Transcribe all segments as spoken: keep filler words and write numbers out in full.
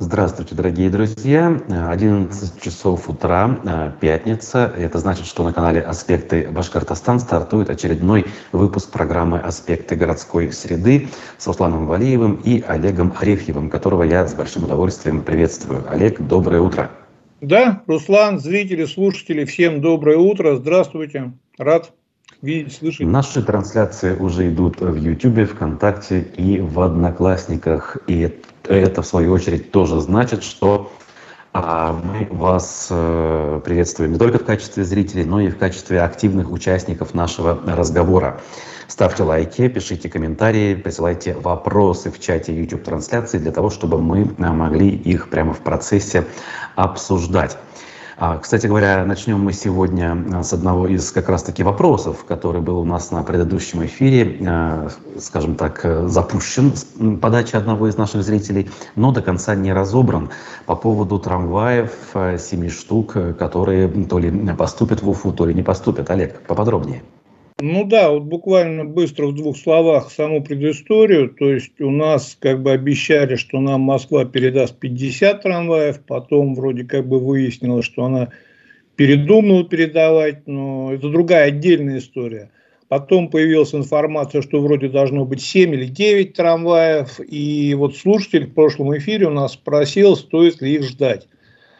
Здравствуйте, дорогие друзья. одиннадцать часов утра, пятница. Это значит, что на канале «Аспекты Башкортостан» стартует очередной выпуск программы «Аспекты городской среды» с Русланом Валиевым и Олегом Арефьевым, которого я с большим удовольствием приветствую. Олег, доброе утро. Да, Руслан, зрители, слушатели, всем доброе утро. Здравствуйте. Рад видеть, слышать. Наши трансляции уже идут в Ютубе, ВКонтакте и в Одноклассниках. И это, в свою очередь, тоже значит, что а, мы вас э, приветствуем не только в качестве зрителей, но и в качестве активных участников нашего разговора. Ставьте лайки, пишите комментарии, присылайте вопросы в чате YouTube-трансляции для того, чтобы мы могли их прямо в процессе обсуждать. Кстати говоря, начнем мы сегодня с одного из как раз-таки вопросов, который был у нас на предыдущем эфире, скажем так, запущен с подачи одного из наших зрителей, но до конца не разобран по поводу трамваев, семи штук, которые то ли поступят в Уфу, то ли не поступят. Олег, поподробнее. Ну да, вот буквально быстро в двух словах саму предысторию. То есть у нас как бы обещали, что нам Москва передаст пятьдесят трамваев, потом вроде как бы выяснилось, что она передумала передавать, но это другая отдельная история. Потом появилась информация, что вроде должно быть семь или девять трамваев, и вот слушатель в прошлом эфире у нас спросил, стоит ли их ждать.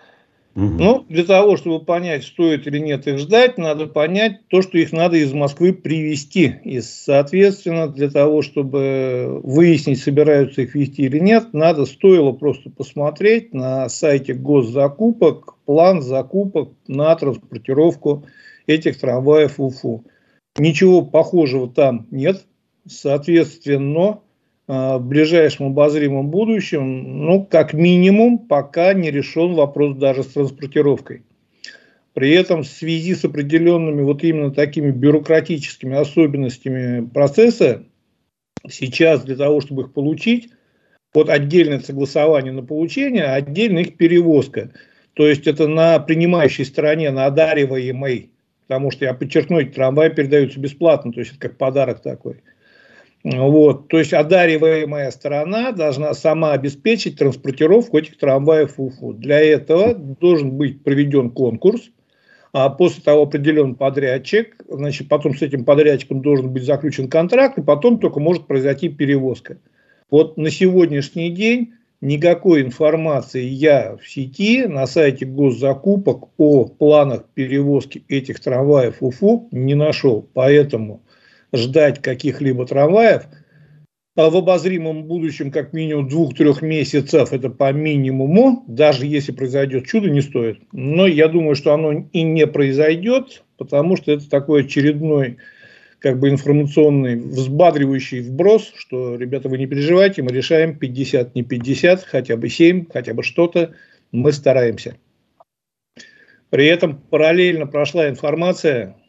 Ну, для того, чтобы понять, стоит или нет их ждать, надо понять то, что их надо из Москвы привезти. И, соответственно, для того, чтобы выяснить, собираются их везти или нет, надо стоило просто посмотреть на сайте госзакупок план закупок на транспортировку этих трамваев в Уфу. Ничего похожего там нет. Соответственно, в ближайшем обозримом будущем, ну, как минимум, пока не решен вопрос даже с транспортировкой. При этом в связи с определенными вот именно такими бюрократическими особенностями процесса, сейчас для того, чтобы их получить, вот отдельное согласование на получение, а отдельно их перевозка. То есть это на принимающей стороне, на одариваемой, потому что, я подчеркну, эти трамваи передаются бесплатно, то есть это как подарок такой. Вот, то есть одариваемая сторона должна сама обеспечить транспортировку этих трамваев в Уфу. Для этого должен быть проведен конкурс, а после того определен подрядчик, значит, потом с этим подрядчиком должен быть заключен контракт, и потом только может произойти перевозка. Вот на сегодняшний день никакой информации я в сети на сайте госзакупок о планах перевозки этих трамваев в Уфу не нашел, поэтому ждать каких-либо трамваев а в обозримом будущем как минимум двух-трех месяцев, это по минимуму, даже если произойдет чудо, не стоит. Но я думаю, что оно и не произойдет, потому что это такой очередной как бы информационный взбадривающий вброс, что, ребята, вы не переживайте, мы решаем пятьдесят, не пятьдесят, хотя бы семь, хотя бы что-то, мы стараемся. При этом параллельно прошла информация.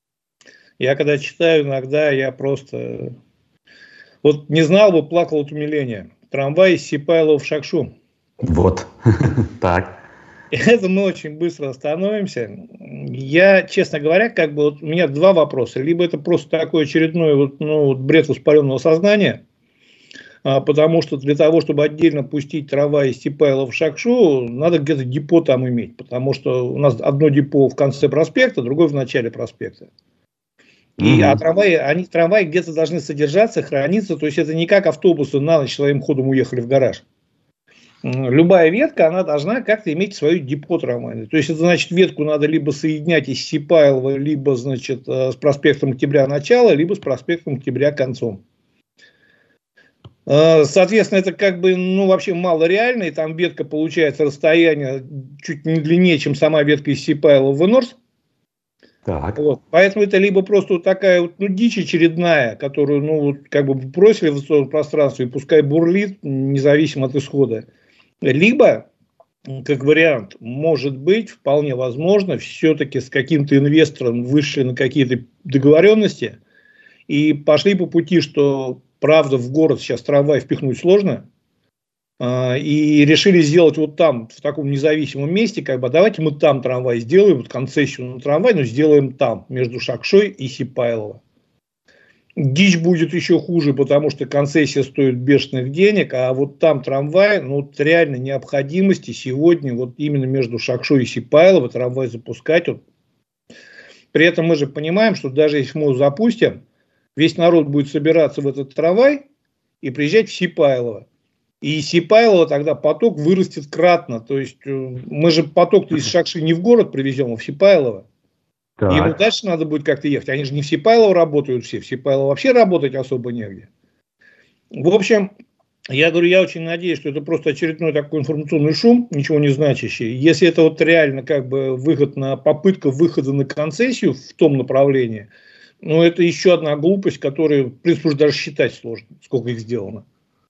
Я когда читаю, иногда я просто... Вот не знал бы, плакал от умиления. Трамвай из Сипайлова в Шакшу. Вот. Так. Это мы очень быстро остановимся. Я, честно говоря, как бы вот у меня два вопроса. Либо это просто такой очередной вот, ну, вот бред воспаленного сознания, а, потому что для того, чтобы отдельно пустить трамвай из Сипайлова в Шакшу, надо где-то депо там иметь. Потому что у нас одно депо в конце проспекта, другое в начале проспекта. И, а трамваи, они, трамваи где-то должны содержаться, храниться. То есть это не как автобусы на ночь своим ходом уехали в гараж. Любая ветка, она должна как-то иметь свое депо трамвайное. То есть это значит, ветку надо либо соединять из Сипайлова, либо, значит, с проспектом Октября начало, либо с проспектом Октября концом. Соответственно, это как бы, ну, вообще мало реально. И там ветка получается расстояние чуть не длиннее, чем сама ветка из Сипайлова в Энорс. Так. Вот. Поэтому это либо просто вот такая вот, ну, дичь очередная, которую, ну, вот, как бы бросили в пространство и пускай бурлит, независимо от исхода. Либо, как вариант, может быть, вполне возможно, все-таки с каким-то инвестором вышли на какие-то договоренности и пошли по пути, что, правда, в город сейчас трамвай впихнуть сложно. И решили сделать вот там, в таком независимом месте, как бы, давайте мы там трамвай сделаем, вот концессию на трамвай, но сделаем там, между Шакшой и Сипайлово. Дичь будет еще хуже, потому что концессия стоит бешеных денег, а вот там трамвай, ну вот реально необходимости сегодня вот именно между Шакшой и Сипайлово трамвай запускать. Вот. При этом мы же понимаем, что даже если мы его запустим, весь народ будет собираться в этот трамвай и приезжать в Сипайлово. И из Сипайлова тогда поток вырастет кратно. То есть мы же поток из Шакши не в город привезем, а в Сипайлово. Так. Ему дальше надо будет как-то ехать. Они же не в Сипайлово работают все. В Сипайлово вообще работать особо негде. В общем, я говорю, я очень надеюсь, что это просто очередной такой информационный шум, ничего не значащий. Если это вот реально как бы выход на, попытка выхода на концессию в том направлении, ну это еще одна глупость, которую, в принципе, уже даже считать сложно, сколько их сделано.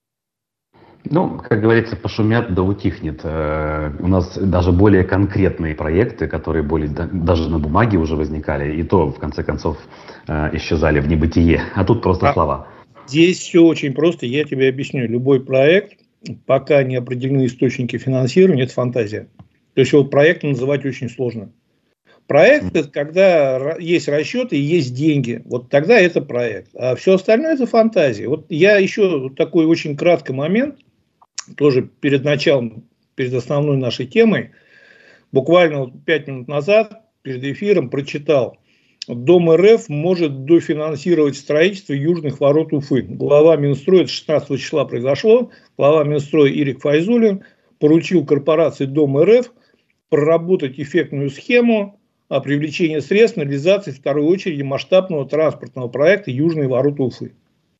Ну, как говорится, пошумят да утихнет. У нас даже более конкретные проекты, которые более, даже на бумаге уже возникали, и то, в конце концов, исчезали в небытие. А тут просто а слова. Здесь все очень просто, я тебе объясню. Любой проект, пока не определены источники финансирования, это фантазия. То есть его проектом называть очень сложно. Проект – это когда есть расчеты и есть деньги. Вот тогда это проект. А все остальное – это фантазия. Вот я еще такой очень краткий момент, тоже перед началом, перед основной нашей темой, буквально вот пять минут назад, перед эфиром, прочитал. Дом РФ может дофинансировать строительство южных ворот Уфы. Глава Минстроя, это шестнадцатого числа произошло, глава Минстроя Ирик Файзуллин поручил корпорации Дом РФ проработать эффектную схему о привлечении средств на реализацию в второй очереди масштабного транспортного проекта «Южные ворота Уфы».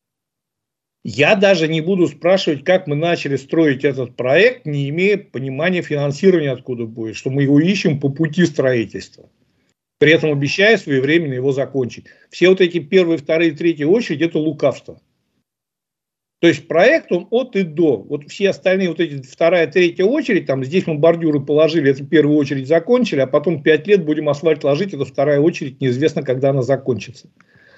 Я даже не буду спрашивать, как мы начали строить этот проект, не имея понимания финансирования, откуда будет, что мы его ищем по пути строительства. При этом обещая своевременно его закончить. Все вот эти первые, вторые, третьи очереди – это лукавство. То есть проект он от и до. Вот все остальные, вот эти вторая, третья очередь, там здесь мы бордюры положили, это первую очередь закончили, а потом пять лет будем асфальт ложить, это вторая очередь, неизвестно, когда она закончится.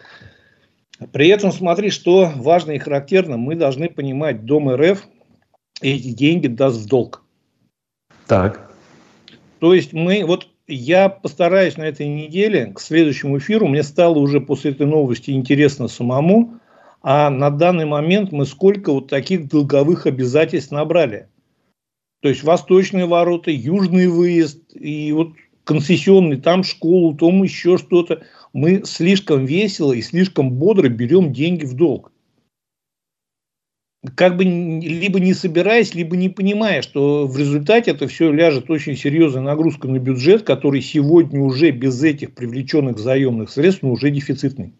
При этом, смотри, что важно и характерно, мы должны понимать, Дом РФ эти деньги даст в долг. Так. То есть мы, вот я постараюсь на этой неделе, к следующему эфиру, мне стало уже после этой новости интересно самому, а на данный момент мы сколько вот таких долговых обязательств набрали. То есть восточные ворота, южный выезд и вот концессионный, там школу, там еще что-то. Мы слишком весело и слишком бодро берем деньги в долг. Как бы либо не собираясь, либо не понимая, что в результате это все ляжет очень серьезная нагрузка на бюджет, который сегодня уже без этих привлеченных заемных средств, ну, уже дефицитный.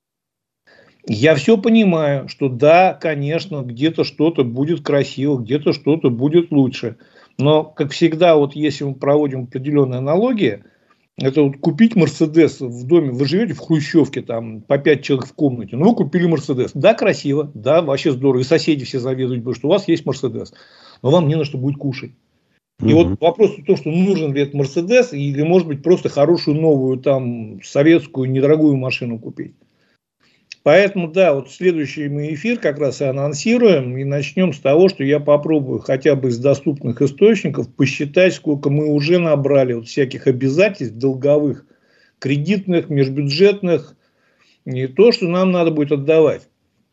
Я все понимаю, что да, конечно, где-то что-то будет красиво, где-то что-то будет лучше. Но, как всегда, вот если мы проводим определенные аналогии, это вот купить Мерседес в доме, вы живете в хрущевке, там по пять человек в комнате, ну вы купили Мерседес. Да, красиво, да, вообще здорово. И соседи все завидуют будут, что у вас есть Мерседес. Но вам не на что будет кушать. И угу. Вот вопрос в том, что нужен ли этот Мерседес, или может быть просто хорошую новую там советскую недорогую машину купить. Поэтому, да, вот следующий мы эфир как раз и анонсируем, и начнем с того, что я попробую хотя бы из доступных источников посчитать, сколько мы уже набрали вот всяких обязательств долговых, кредитных, межбюджетных, не то, что нам надо будет отдавать.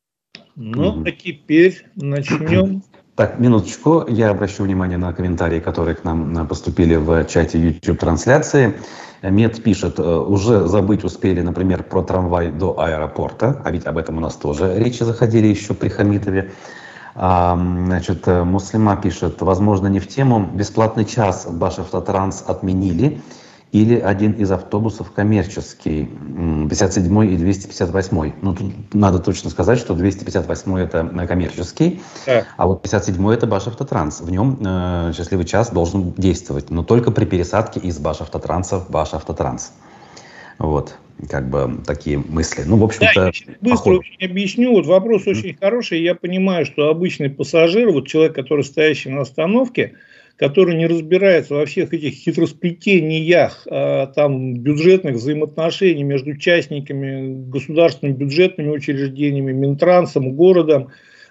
Ну, угу. А теперь начнем. Так, минуточку, я обращу внимание на комментарии, которые к нам поступили в чате YouTube-трансляции. Мед пишет, уже забыть успели, например, про трамвай до аэропорта, а ведь об этом у нас тоже речи заходили еще при Хамитове. А, значит, Муслима пишет, возможно, не в тему, бесплатный час Башавтотранс отменили, или один из автобусов коммерческий, пятьдесят седьмой и двести пятьдесят восьмой. Ну, тут надо точно сказать, что двести пятьдесят восьмой это коммерческий, да. А вот пятьдесят седьмой это Башавтотранс. В нем э, счастливый час должен действовать, но только при пересадке из Башавтотранса в Башавтотранс. Вот, как бы такие мысли. Ну, в общем-то... Да, я быстро очень объясню. Вот вопрос очень mm. хороший. Я понимаю, что обычный пассажир, вот человек, который стоящий на остановке, который не разбирается во всех этих хитросплетениях а, там, бюджетных взаимоотношений между участниками, государственными бюджетными учреждениями, Минтрансом, городом,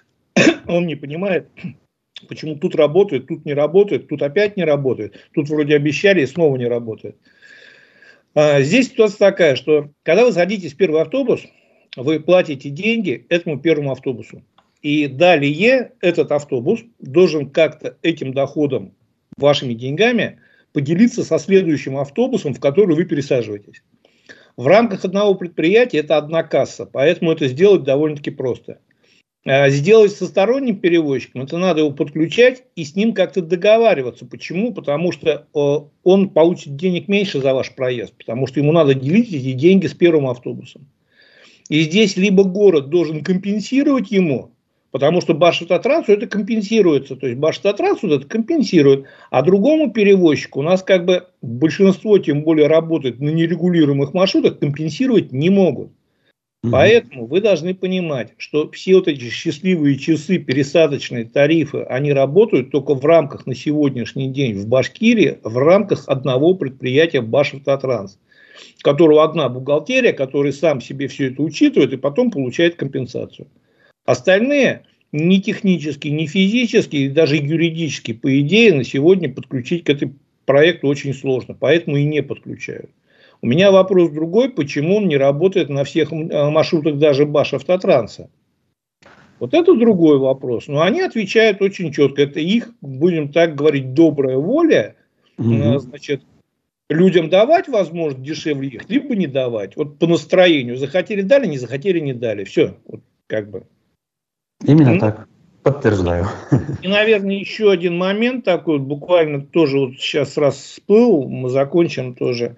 он не понимает, почему тут работает, тут не работает, тут опять не работает, тут вроде обещали и снова не работает. А, здесь ситуация такая, что когда вы садитесь в первый автобус, вы платите деньги этому первому автобусу. И далее этот автобус должен как-то этим доходом, вашими деньгами, поделиться со следующим автобусом, в который вы пересаживаетесь. В рамках одного предприятия это одна касса, поэтому это сделать довольно-таки просто. Сделать со сторонним перевозчиком, это надо его подключать и с ним как-то договариваться. Почему? Потому что он получит денег меньше за ваш проезд, потому что ему надо делить эти деньги с первым автобусом. И здесь либо город должен компенсировать ему, потому что Башавтотрансу это компенсируется, то есть Башавтотрансу это компенсирует, а другому перевозчику у нас как бы большинство, тем более работает на нерегулируемых маршрутах, компенсировать не могут. Поэтому вы должны понимать, что все вот эти счастливые часы, пересадочные тарифы, они работают только в рамках на сегодняшний день в Башкирии, в рамках одного предприятия Башавтотранс, у которого одна бухгалтерия, который сам себе все это учитывает и потом получает компенсацию. Остальные ни технически, ни физически, и даже юридически, по идее, на сегодня подключить к этому проекту очень сложно, поэтому и не подключают. У меня вопрос другой, почему он не работает на всех маршрутах даже Башавтотранса. Вот это другой вопрос. Но они отвечают очень четко. Это их, будем так говорить, добрая воля, угу. Значит, людям давать возможность дешевле ехать, либо не давать. Вот по настроению. Захотели дали, не захотели не дали. Все. Вот как бы. Именно ну, так. Подтверждаю. И, наверное, еще один момент такой, буквально тоже вот сейчас раз всплыл, мы закончим тоже.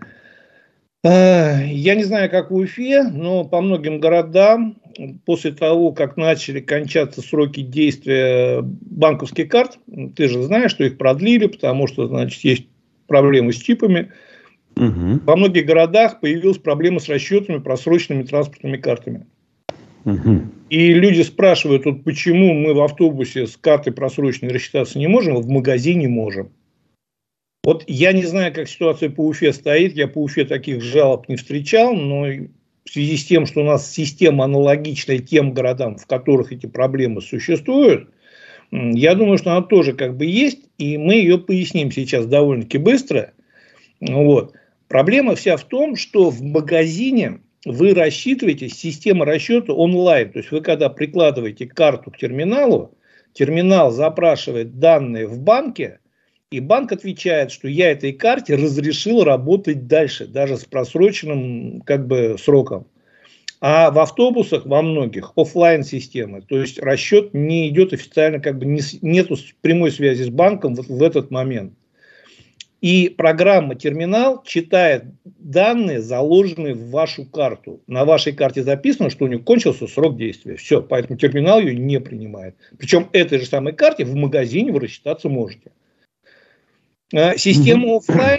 Я не знаю, как в Уфе, но по многим городам после того, как начали кончаться сроки действия банковских карт, ты же знаешь, что их продлили, потому что, значит, есть проблемы с чипами. Угу. Во многих городах появилась проблема с расчетами просроченными транспортными картами. Угу. И люди спрашивают, вот почему мы в автобусе с картой просроченной рассчитаться не можем, а в магазине можем. Вот я не знаю, как ситуация по Уфе стоит, я по Уфе таких жалоб не встречал, но в связи с тем, что у нас система аналогичная тем городам, в которых эти проблемы существуют, я думаю, что она тоже как бы есть, и мы ее поясним сейчас довольно-таки быстро. Вот. Проблема вся в том, что в магазине вы рассчитываете, система расчета онлайн, то есть вы когда прикладываете карту к терминалу, терминал запрашивает данные в банке, и банк отвечает, что я этой карте разрешил работать дальше, даже с просроченным как бы сроком. А в автобусах во многих офлайн системы, то есть расчет не идет официально, как бы не, нету прямой связи с банком вот в этот момент. И программа терминал читает данные, заложенные в вашу карту. На вашей карте записано, что у нее кончился срок действия. Все, поэтому терминал ее не принимает. Причем этой же самой карте в магазине вы рассчитаться можете. Систему офлайн,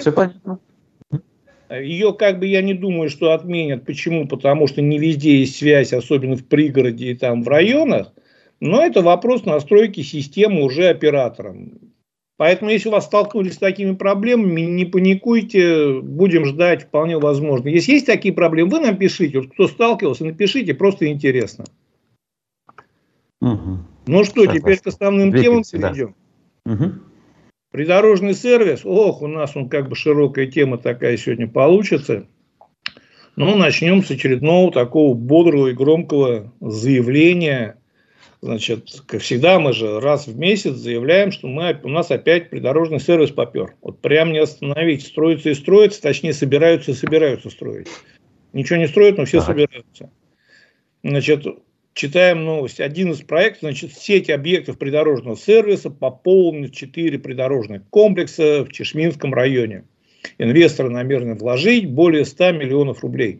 ее как бы я не думаю, что отменят. Почему? Потому что не везде есть связь, особенно в пригороде и там в районах. Но это вопрос настройки системы уже оператором. Поэтому, если у вас столкнулись с такими проблемами, не паникуйте, будем ждать, вполне возможно. Если есть такие проблемы, вы нам пишите. Вот кто сталкивался, напишите, просто интересно. Угу. Ну что, Согласен. Теперь к основным Двигаться, темам перейдем. Да. Угу. Придорожный сервис, ох, у нас он как бы широкая тема такая сегодня получится. Ну, начнем с очередного такого бодрого и громкого заявления. Значит, как всегда, мы же раз в месяц заявляем, что мы, у нас опять придорожный сервис попер. Вот прям не остановить, строится и строится, точнее собираются и собираются строить. Ничего не строят, но все так. собираются. Значит, читаем новость. Один из проектов, значит, сеть объектов придорожного сервиса пополнит четыре придорожных комплекса в Чешминском районе. Инвесторы намерены вложить более ста миллионов рублей.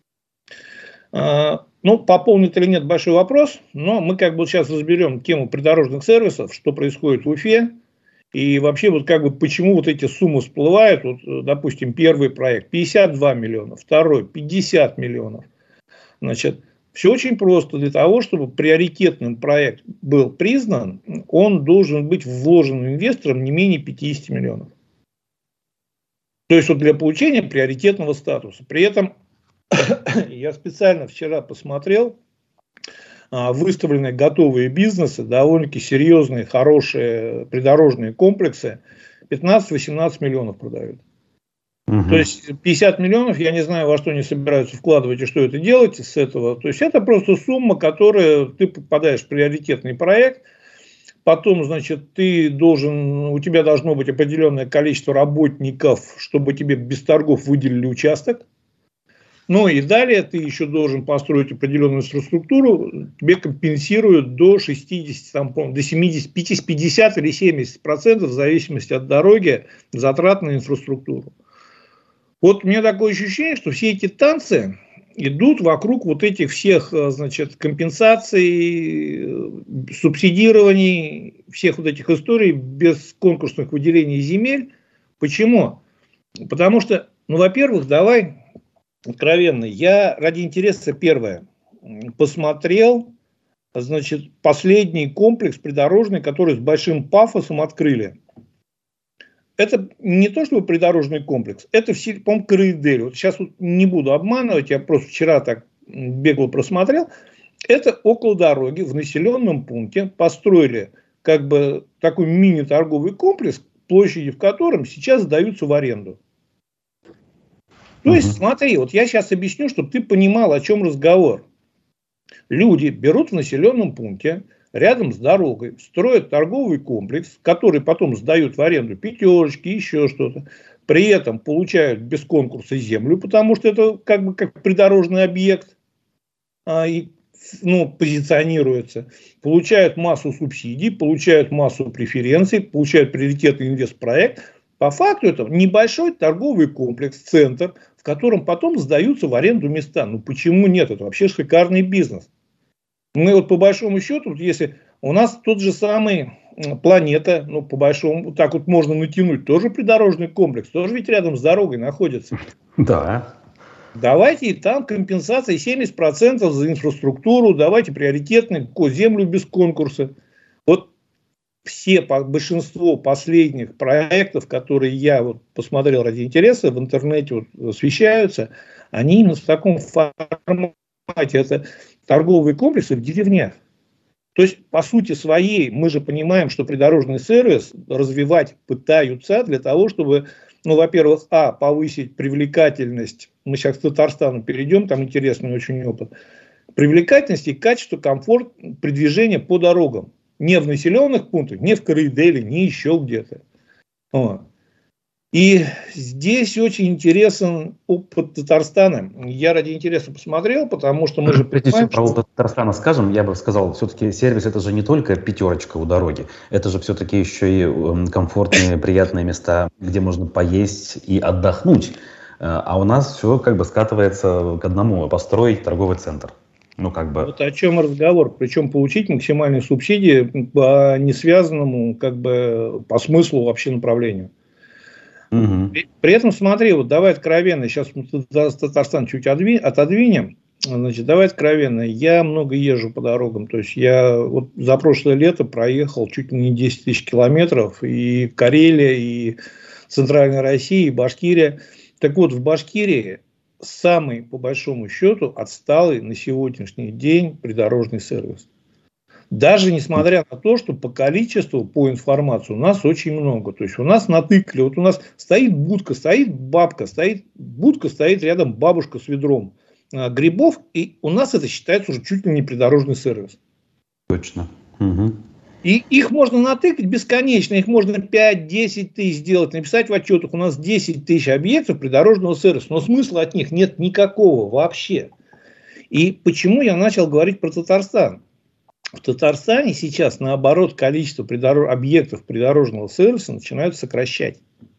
Ну, пополнит или нет, большой вопрос, но мы как бы сейчас разберем тему придорожных сервисов, что происходит в Уфе, и вообще вот как бы почему вот эти суммы всплывают. Вот, допустим, первый проект пятьдесят два миллиона, второй пятьдесят миллионов. Значит, все очень просто. Для того, чтобы приоритетным проект был признан, он должен быть вложен инвестором не менее пятьдесят миллионов. То есть вот для получения приоритетного статуса. При этом я специально вчера посмотрел выставленные готовые бизнесы, довольно-таки серьезные, хорошие придорожные комплексы, пятнадцать-восемнадцать миллионов продают. Угу. То есть пятьдесят миллионов, я не знаю, во что они собираются вкладывать и что это делать с этого. То есть это просто сумма, которая ты попадаешь в приоритетный проект. Потом, значит, ты должен, у тебя должно быть определенное количество работников, чтобы тебе без торгов выделили участок. Ну и далее ты еще должен построить определенную инфраструктуру, тебе компенсируют до шестидесяти, там, до семидесяти, пятидесяти или семидесяти процентов в зависимости от дороги затрат на инфраструктуру. Вот у меня такое ощущение, что все эти танцы идут вокруг вот этих всех, значит, компенсаций, субсидирований, всех вот этих историй без конкурсных выделений земель. Почему? Потому что, ну, во-первых, давай откровенно, я ради интереса первое посмотрел, значит, последний комплекс придорожный, который с большим пафосом открыли. Это не то, чтобы придорожный комплекс, это, по-моему, Караидель. Вот сейчас вот не буду обманывать, я просто вчера так бегло просмотрел. Это около дороги, в населенном пункте построили как бы такой мини-торговый комплекс, площади в котором сейчас сдаются в аренду. То есть, угу. Смотри, вот я сейчас объясню, чтобы ты понимал, о чем разговор. Люди берут в населенном пункте, рядом с дорогой, строят торговый комплекс, который потом сдают в аренду пятерочки, еще что-то. При этом получают без конкурса землю, потому что это как бы как придорожный объект, а, и, ну, позиционируется. Получают массу субсидий, получают массу преференций, получают приоритетный инвестпроект. По факту это небольшой торговый комплекс, центр, в котором потом сдаются в аренду места. Ну почему нет? Это вообще шикарный бизнес. Мы вот по большому счету, если у нас тот же самый Планета, ну по большому, так вот можно натянуть, тоже придорожный комплекс, тоже ведь рядом с дорогой находится. Да. Давайте и там компенсации семьдесят процентов за инфраструктуру, давайте приоритетную землю без конкурса. Вот все, большинство последних проектов, которые я вот посмотрел ради интереса, в интернете вот освещаются, они именно в таком формате. Это торговые комплексы в деревнях. То есть, по сути своей, мы же понимаем, что придорожный сервис развивать пытаются для того, чтобы, ну, во-первых, а, повысить привлекательность. Мы сейчас к Татарстану перейдем, там интересный очень опыт. Привлекательность и качество, комфорт при движении по дорогам. Не в населенных пунктах, не в Караиделе, не еще где-то. Вот. И здесь очень интересен опыт Татарстана. Я ради интереса посмотрел, потому что мы же Прежде понимаем, всего, что... про Татарстана скажем, я бы сказал, все-таки сервис это же не только пятерочка у дороги, это же все-таки еще и комфортные, приятные места, где можно поесть и отдохнуть. А у нас все как бы скатывается к одному, построить торговый центр. Ну, как бы... Вот о чем разговор. Причем получить максимальные субсидии по несвязанному, как бы, по смыслу вообще направлению. Угу. При, при этом, смотри, вот давай откровенно, сейчас мы Татарстан чуть отодвинем. Значит, давай откровенно. Я много езжу по дорогам. То есть я вот за прошлое лето проехал чуть ли не десять тысяч километров. И Карелия, и Центральная Россия, и Башкирия. Так вот, в Башкирии самый, по большому счету, отсталый на сегодняшний день придорожный сервис. Даже несмотря на то, что по количеству, по информации у нас очень много. То есть у нас натыкали, вот у нас стоит будка, стоит бабка, стоит будка, стоит рядом бабушка с ведром а, грибов, и у нас это считается уже чуть ли не придорожный сервис. Точно. Угу. И их можно натыкать бесконечно, их можно пять-десять тысяч сделать, написать в отчетах, у нас десять тысяч объектов придорожного сервиса, но смысла от них нет никакого вообще. И почему я начал говорить про Татарстан? В Татарстане сейчас, наоборот, количество придорож... объектов придорожного сервиса начинают сокращать.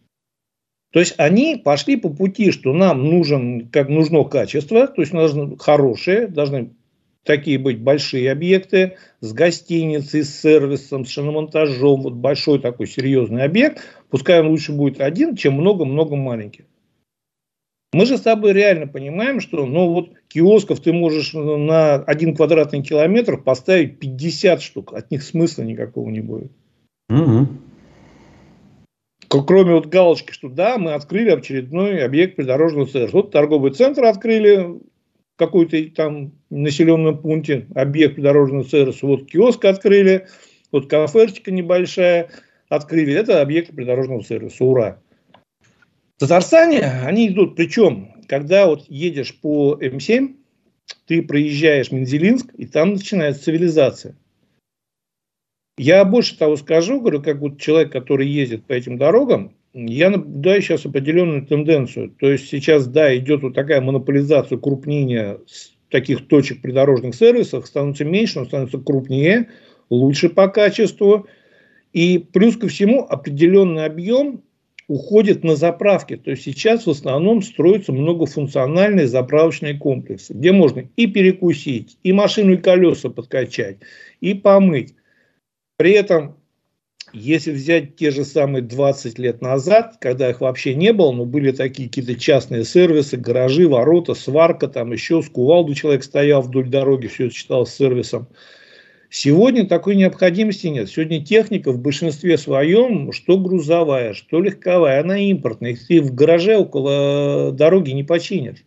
То есть они пошли по пути, что нам нужен, как нужно качество, то есть нужно хорошее, должны такие быть большие объекты с гостиницей, с сервисом, с шиномонтажом, вот большой такой серьезный объект, пускай он лучше будет один, чем много-много маленьких. Мы же с тобой реально понимаем, что, ну, вот киосков ты можешь на один квадратный километр поставить пятьдесят штук, от них смысла никакого не будет. Угу. Кроме вот галочки, что да, мы открыли очередной объект придорожного сервиса. Вот торговый центр открыли, какой-то там населенном пункте, объект придорожного сервиса, вот киоск открыли, вот кафешечка небольшая открыли, это объект придорожного сервиса, ура. В Татарстане они идут, причем, когда вот едешь по эм семь, ты проезжаешь Мензелинск, и там начинается цивилизация. Я больше того скажу, говорю, как вот человек, который ездит по этим дорогам, я наблюдаю сейчас определенную тенденцию. То есть сейчас, да, идет вот такая монополизация, укрупнение таких точек придорожных сервисов, становится меньше, но становится крупнее, лучше по качеству. И плюс ко всему определенный объем уходит на заправки. То есть сейчас в основном строятся многофункциональные заправочные комплексы, где можно и перекусить, и машину и колеса подкачать, и помыть. При этом, если взять те же самые двадцать лет назад, когда их вообще не было, но были такие какие-то частные сервисы, гаражи, ворота, сварка, там еще с кувалдой человек стоял вдоль дороги, все это считалось сервисом. Сегодня такой необходимости нет. Сегодня техника в большинстве своем, что грузовая, что легковая, она импортная. Их ты в гараже около дороги не починишь.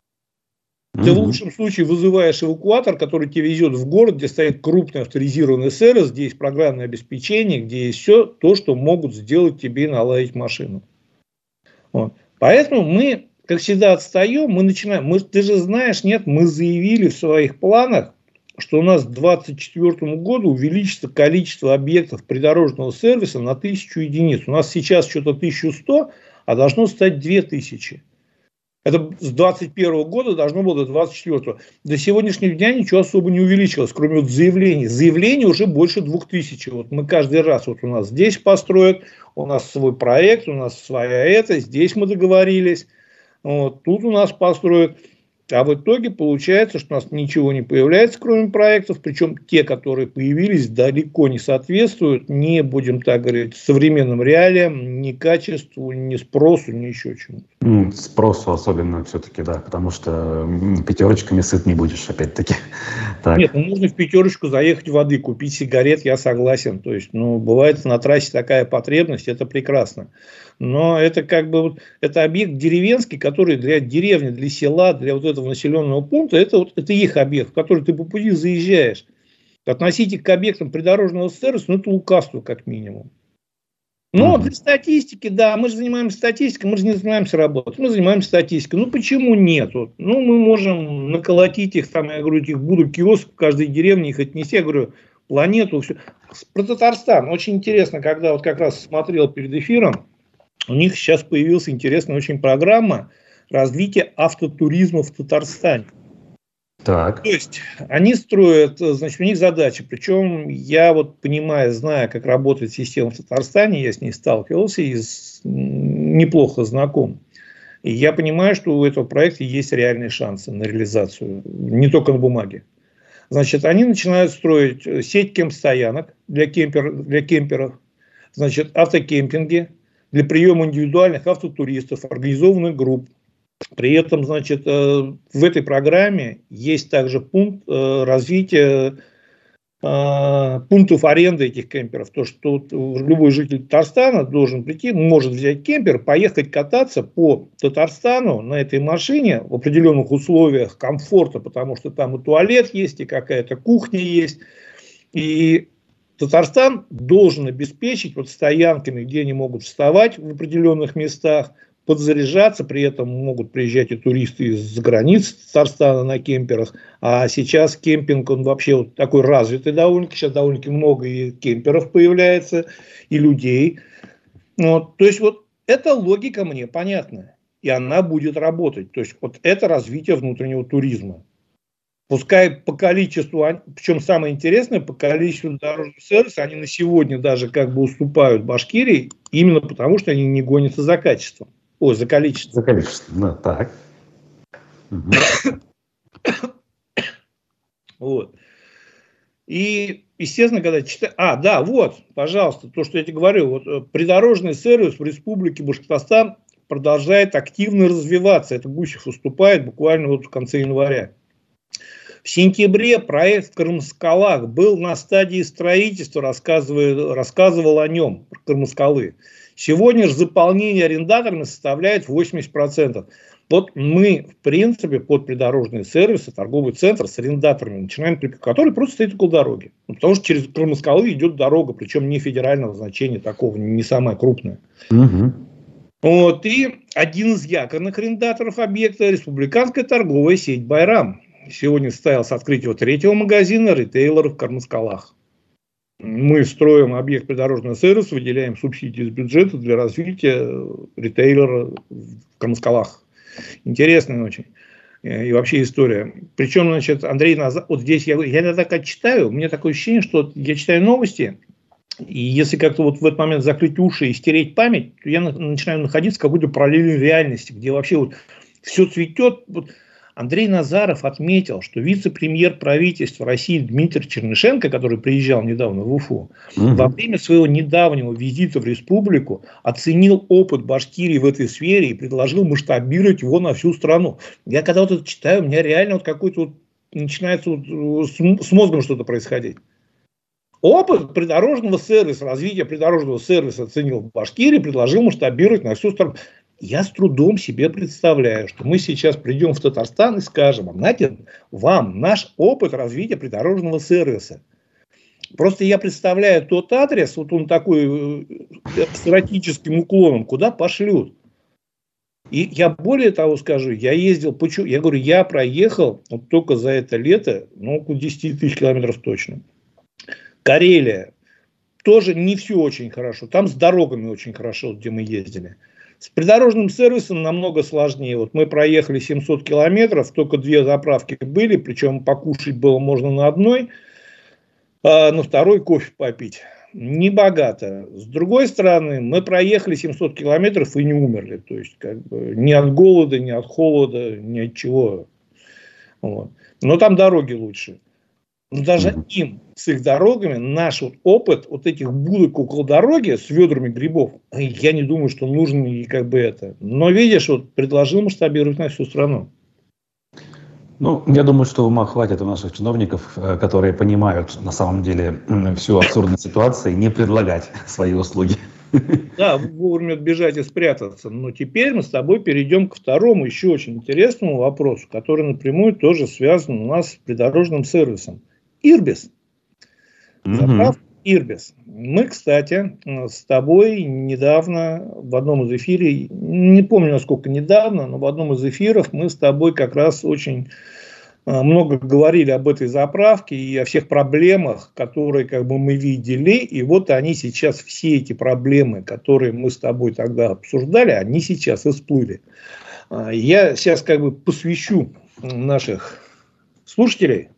Ты в лучшем случае вызываешь эвакуатор, который тебя везет в город, где стоит крупный авторизированный сервис, где есть программное обеспечение, где есть все то, что могут сделать тебе и наладить машину. Вот. Поэтому мы, как всегда, отстаем, мы начинаем. Мы, ты же знаешь, нет, мы заявили в своих планах, что у нас к две тысячи двадцать четвёртому году увеличится количество объектов придорожного сервиса на тысячу единиц. У нас сейчас что-то тысяча сто, а должно стать две тысячи. Это с двадцать первого года должно было до двадцать четвёртого. До сегодняшнего дня ничего особо не увеличилось, кроме вот заявлений. Заявлений уже больше двух тысяч. Вот мы каждый раз, вот у нас здесь построят, у нас свой проект, у нас своя это, здесь мы договорились, вот, тут у нас построят. А в итоге получается, что у нас ничего не появляется, кроме проектов. Причем те, которые появились, далеко не соответствуют, не будем так говорить, современным реалиям, ни качеству, ни спросу, ни еще чему-то. Спросу особенно все-таки, да, потому что пятерочками сыт не будешь, опять-таки. Так. Нет, ну можно в пятерочку заехать воды, купить сигарет, я согласен. То есть, ну, бывает на трассе такая потребность, это прекрасно. Но это как бы вот, это объект деревенский, который для деревни, для села, для вот этого населенного пункта, это, вот, это их объект, в который ты по пути заезжаешь. Относить их к объектам придорожного сервиса, ну, это лукавство как минимум. Но mm-hmm. для статистики, да, мы же занимаемся статистикой, мы же не занимаемся работой, мы занимаемся статистикой. Ну, почему нет? Вот, ну, мы можем наколотить их, там, я говорю, их буду киоск в каждой деревне, их отнести, я говорю, планету, все. Про Татарстан очень интересно, когда вот как раз смотрел перед эфиром, у них сейчас появилась интересная очень программа развития автотуризма в Татарстане. Так. То есть, они строят, значит, у них задачи, причем я вот понимаю, знаю, как работает система в Татарстане, я с ней сталкивался и с, неплохо знаком. И я понимаю, что у этого проекта есть реальные шансы на реализацию, не только на бумаге. Значит, они начинают строить сеть кемп-стоянок для, кемпер, для кемперов, значит, автокемпинги для приема индивидуальных автотуристов, организованных групп. При этом, значит, в этой программе есть также пункт развития пунктов аренды этих кемперов. То, что любой житель Татарстана должен прийти, может взять кемпер, поехать кататься по Татарстану на этой машине в определенных условиях комфорта, потому что там и туалет есть, и какая-то кухня есть. И Татарстан должен обеспечить вот стоянками, где они могут вставать в определенных местах, подзаряжаться, при этом могут приезжать и туристы из-за границ Татарстана на кемперах, а сейчас кемпинг, он вообще вот такой развитый довольно-таки, сейчас довольно-таки много и кемперов появляется, и людей. Вот, то есть, вот эта логика мне понятна, и она будет работать, то есть, вот это развитие внутреннего туризма. Пускай по количеству, причем самое интересное, по количеству дорожных сервисов, они на сегодня даже как бы уступают Башкирии, именно потому, что они не гонятся за качеством. Ой, за количество. За количество, да, так. Угу. Вот. И, естественно, когда читаю... А, да, вот, пожалуйста, то, что я тебе говорю. Вот, придорожный сервис в Республике Башкортостан продолжает активно развиваться. Это Гусев выступает буквально вот в конце января. В сентябре проект в Кырмыскалах был на стадии строительства, рассказывал о нем, про Кырмыскалы. Сегодня же заполнение арендаторами составляет восемьдесят процентов. Вот мы, в принципе, под придорожные сервисы, торговый центр с арендаторами начинаем, который просто стоит около дороги. Потому что через Кырмыскалы идет дорога, причем не федерального значения такого, не самая крупная. Угу. Вот, и один из якорных арендаторов объекта — республиканская торговая сеть «Байрам». Сегодня состоялось открытие третьего магазина ритейлеров в Кармаскалах. Мы строим объект придорожного сервиса, выделяем субсидии из бюджета для развития ритейлера в Кармаскалах. Интересная очень. И вообще история. Причем, значит, Андрей Назаров, вот здесь я, я иногда как читаю, у меня такое ощущение, что я читаю новости, и если как-то вот в этот момент закрыть уши и стереть память, то я начинаю находиться в какой-то параллельной реальности, где вообще вот все цветет. Вот Андрей Назаров отметил, что вице-премьер правительства России Дмитрий Чернышенко, который приезжал недавно в Уфу, угу. во время своего недавнего визита в республику оценил опыт Башкирии в этой сфере и предложил масштабировать его на всю страну. Я когда вот это читаю, у меня реально вот какой-то вот начинается вот с мозгом что-то происходить. Опыт придорожного сервиса, развития придорожного сервиса оценил в Башкирии, предложил масштабировать на всю страну. Я с трудом себе представляю, что мы сейчас придем в Татарстан и скажем: знаете, вам наш опыт развития придорожного сервиса. Просто я представляю тот адрес, вот он такой с эротическим уклоном, куда пошлют. И я более того скажу, я ездил, почему? Я говорю, я проехал вот только за это лето, ну, около десять тысяч километров точно. Карелия. Тоже не все очень хорошо. Там с дорогами очень хорошо, где мы ездили. С придорожным сервисом намного сложнее. Вот мы проехали семьсот километров, только две заправки были, причем покушать было можно на одной, а на второй кофе попить. Небогато. С другой стороны, мы проехали семьсот километров и не умерли. То есть, как бы, ни от голода, ни от холода, ни от чего. Вот. Но там дороги лучше. Но даже mm-hmm. им, с их дорогами, наш вот опыт вот этих будок около дороги с ведрами грибов, я не думаю, что нужен и как бы это. Но видишь, вот предложил масштабировать на всю страну. Ну, я думаю, что ума хватит у наших чиновников, которые понимают на самом деле всю абсурдность ситуации, не предлагать свои услуги. Да, вовремя бежать и спрятаться. Но теперь мы с тобой перейдем к второму, еще очень интересному вопросу, который напрямую тоже связан у нас с придорожным сервисом. Ирбис. Заправка Ирбис. Мы, кстати, с тобой недавно в одном из эфиров, не помню, насколько недавно, но в одном из эфиров мы с тобой как раз очень много говорили об этой заправке и о всех проблемах, которые как бы мы видели. И вот они сейчас, все эти проблемы, которые мы с тобой тогда обсуждали, они сейчас и всплыли. Я сейчас как бы посвящу наших слушателей.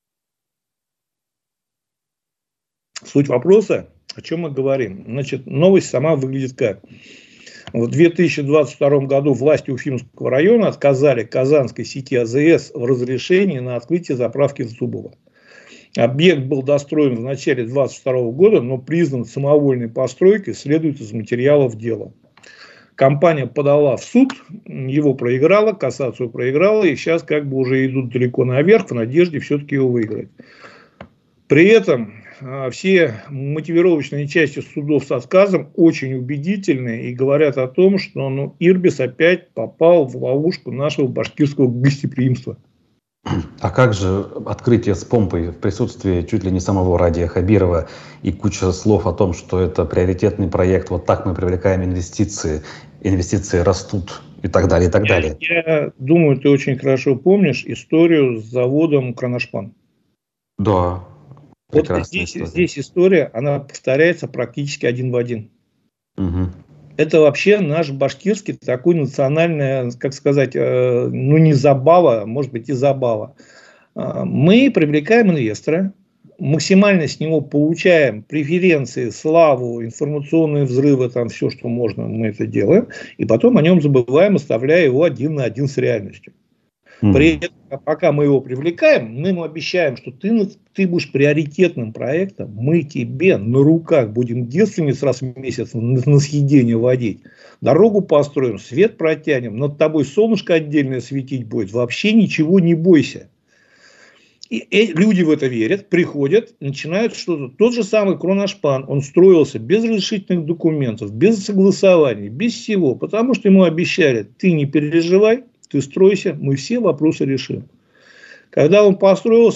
Суть вопроса, о чем мы говорим. Значит, новость сама выглядит как. В две тысячи двадцать втором году власти Уфимского района отказали казанской сети АЗС в разрешении на открытие заправки в Зубово. Объект был достроен в начале две тысячи двадцать второго года, но признан самовольной постройкой, следует из материалов дела. Компания подала в суд, его проиграла, кассацию проиграла, и сейчас как бы уже идут далеко наверх в надежде все-таки его выиграть. При этом все мотивировочные части судов с отказом очень убедительны и говорят о том, что ну, Ирбис опять попал в ловушку нашего башкирского гостеприимства. А как же открытие с помпой в присутствии чуть ли не самого Радия Хабирова и куча слов о том, что это приоритетный проект, вот так мы привлекаем инвестиции, инвестиции растут и так далее, и так я, далее. Я думаю, ты очень хорошо помнишь историю с заводом Кроношпан. Да. Вот здесь история. здесь история, она повторяется практически один в один. Угу. Это вообще наш башкирский такой национальный, как сказать, ну не забава, может быть и забава. Мы привлекаем инвестора, максимально с него получаем преференции, славу, информационные взрывы, там все, что можно, мы это делаем, и потом о нем забываем, оставляя его один на один с реальностью. При этом, пока мы его привлекаем, мы ему обещаем, что ты, ты будешь приоритетным проектом, мы тебе на руках будем девственниц раз в месяц на, на съедение водить, дорогу построим, свет протянем, над тобой солнышко отдельное светить будет, вообще ничего не бойся. И, и люди в это верят, приходят, начинают что-то. Тот же самый Кроношпан, он строился без разрешительных документов, без согласований, без всего, потому что ему обещали, ты не переживай, ты стройся, мы все вопросы решим. Когда он построился,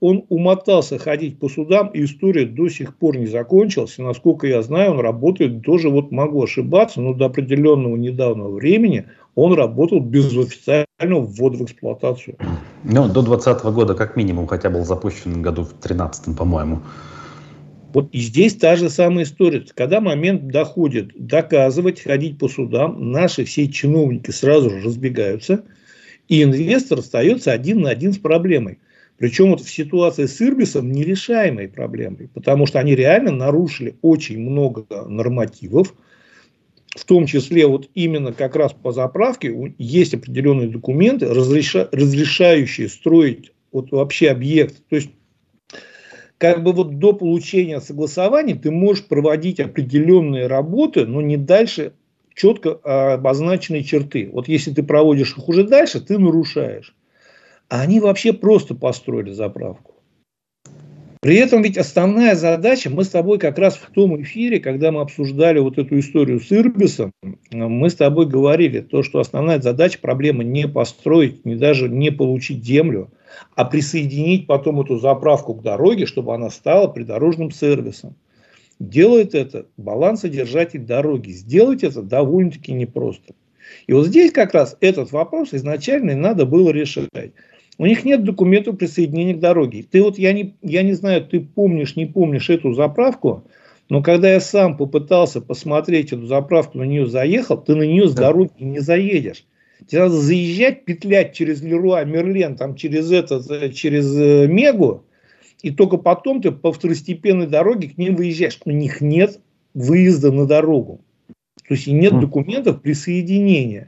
он умотался ходить по судам, и история до сих пор не закончилась. И, насколько я знаю, он работает, тоже вот могу ошибаться, но до определенного недавнего времени он работал без официального ввода в эксплуатацию. Ну, до двадцатого года как минимум, хотя был запущен году в тринадцатом, по-моему. Вот и здесь та же самая история. Когда момент доходит доказывать, ходить по судам, наши все чиновники сразу же разбегаются, и инвестор остается один на один с проблемой. Причем вот в ситуации с Ирбисом нерешаемой проблемой, потому что они реально нарушили очень много нормативов, в том числе вот именно как раз по заправке есть определенные документы, разреша, разрешающие строить вот вообще объект. То есть как бы вот до получения согласования ты можешь проводить определенные работы, но не дальше четко обозначенной черты. Вот если ты проводишь их уже дальше, ты нарушаешь. А они вообще просто построили заправку. При этом ведь основная задача, мы с тобой как раз в том эфире, когда мы обсуждали вот эту историю с Ирбисом, мы с тобой говорили, то, что основная задача, проблема не построить, не даже не получить землю, а присоединить потом эту заправку к дороге, чтобы она стала придорожным сервисом. Делает это балансодержатель дороги. Сделать это довольно-таки непросто. И вот здесь как раз этот вопрос изначально и надо было решать. У них нет документов присоединения к дороге. Ты вот, я не, я не знаю, ты помнишь, не помнишь эту заправку, но когда я сам попытался посмотреть эту заправку, на нее заехал, ты на нее с дороги не заедешь. Тебе надо заезжать, петлять через Леруа Мерлен, там через, этот, через Мегу, и только потом ты по второстепенной дороге к ним выезжаешь. У них нет выезда на дорогу. То есть нет документов присоединения.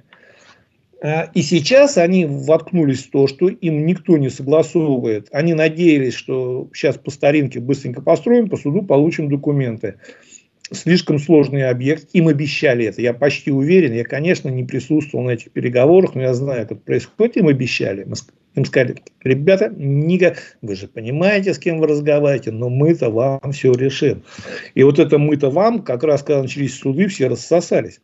И сейчас они воткнулись в то, что им никто не согласовывает. Они надеялись, что сейчас по старинке быстренько построим, по суду получим документы. Слишком сложный объект. Им обещали это. Я почти уверен. Я, конечно, не присутствовал на этих переговорах, но я знаю, как это происходит. Им обещали. Им сказали: ребята, никак... вы же понимаете, с кем вы разговариваете, но мы-то вам все решим. И вот это мы-то вам, как раз когда начались суды, все рассосались.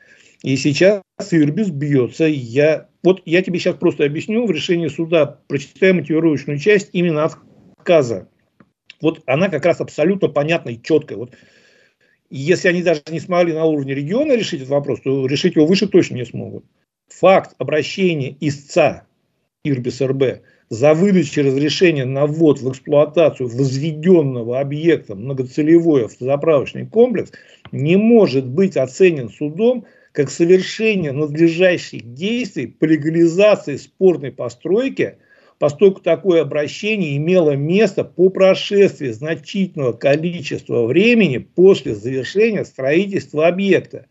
И сейчас Ирбис бьется. Я, вот я тебе сейчас просто объясню в решении суда, прочитай мотивировочную часть именно отказа. Вот она как раз абсолютно понятная и четкая. Вот если они даже не смогли на уровне региона решить этот вопрос, то решить его выше точно не смогут. Факт обращения истца Ирбис эр бэ за выдачу разрешения на ввод в эксплуатацию возведенного объекта многоцелевой автозаправочный комплекс не может быть оценен судом как совершение надлежащих действий по легализации спорной постройки, поскольку такое обращение имело место по прошествии значительного количества времени после завершения строительства объекта,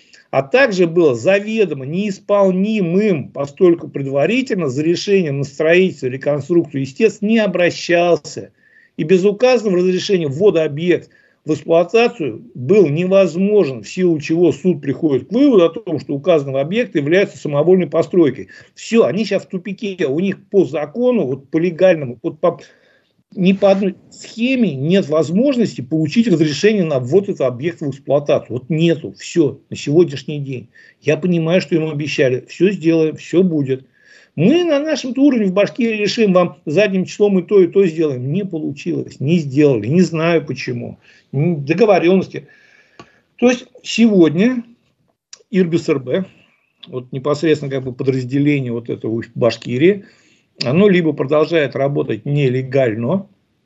а также было заведомо неисполнимым, поскольку предварительно за решением на строительство и реконструкцию истец не обращался, и без указанного разрешения ввода объекта в эксплуатацию был невозможен, в силу чего суд приходит к выводу о том, что указанный объект является самовольной постройкой. Все, они сейчас в тупике. У них по закону, вот по легальному, вот по, ни по одной схеме нет возможности получить разрешение на ввод этого объекта в эксплуатацию. Вот нету. Все, на сегодняшний день. Я понимаю, что им обещали. Все сделаем, все будет. Мы на нашем уровне в Башкирии решим, вам задним числом и то, и то сделаем. Не получилось, не сделали, не знаю почему. Договоренности. То есть сегодня Ирбис эр бэ, вот непосредственно как бы подразделение вот этого в Башкирии, оно либо продолжает работать нелегально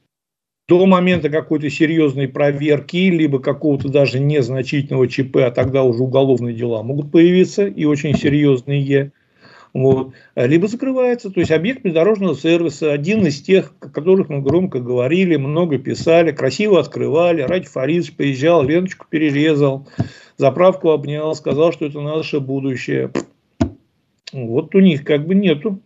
до момента какой-то серьезной проверки, либо какого-то даже незначительного ЧП, а тогда уже уголовные дела могут появиться, и очень серьезные. Вот. Либо закрывается. То есть объект придорожного сервиса, один из тех, о которых мы громко говорили, много писали, красиво открывали. Ради Фаридович приезжал, ленточку перерезал, заправку обнял, сказал, что это наше будущее. Вот у них как бы нету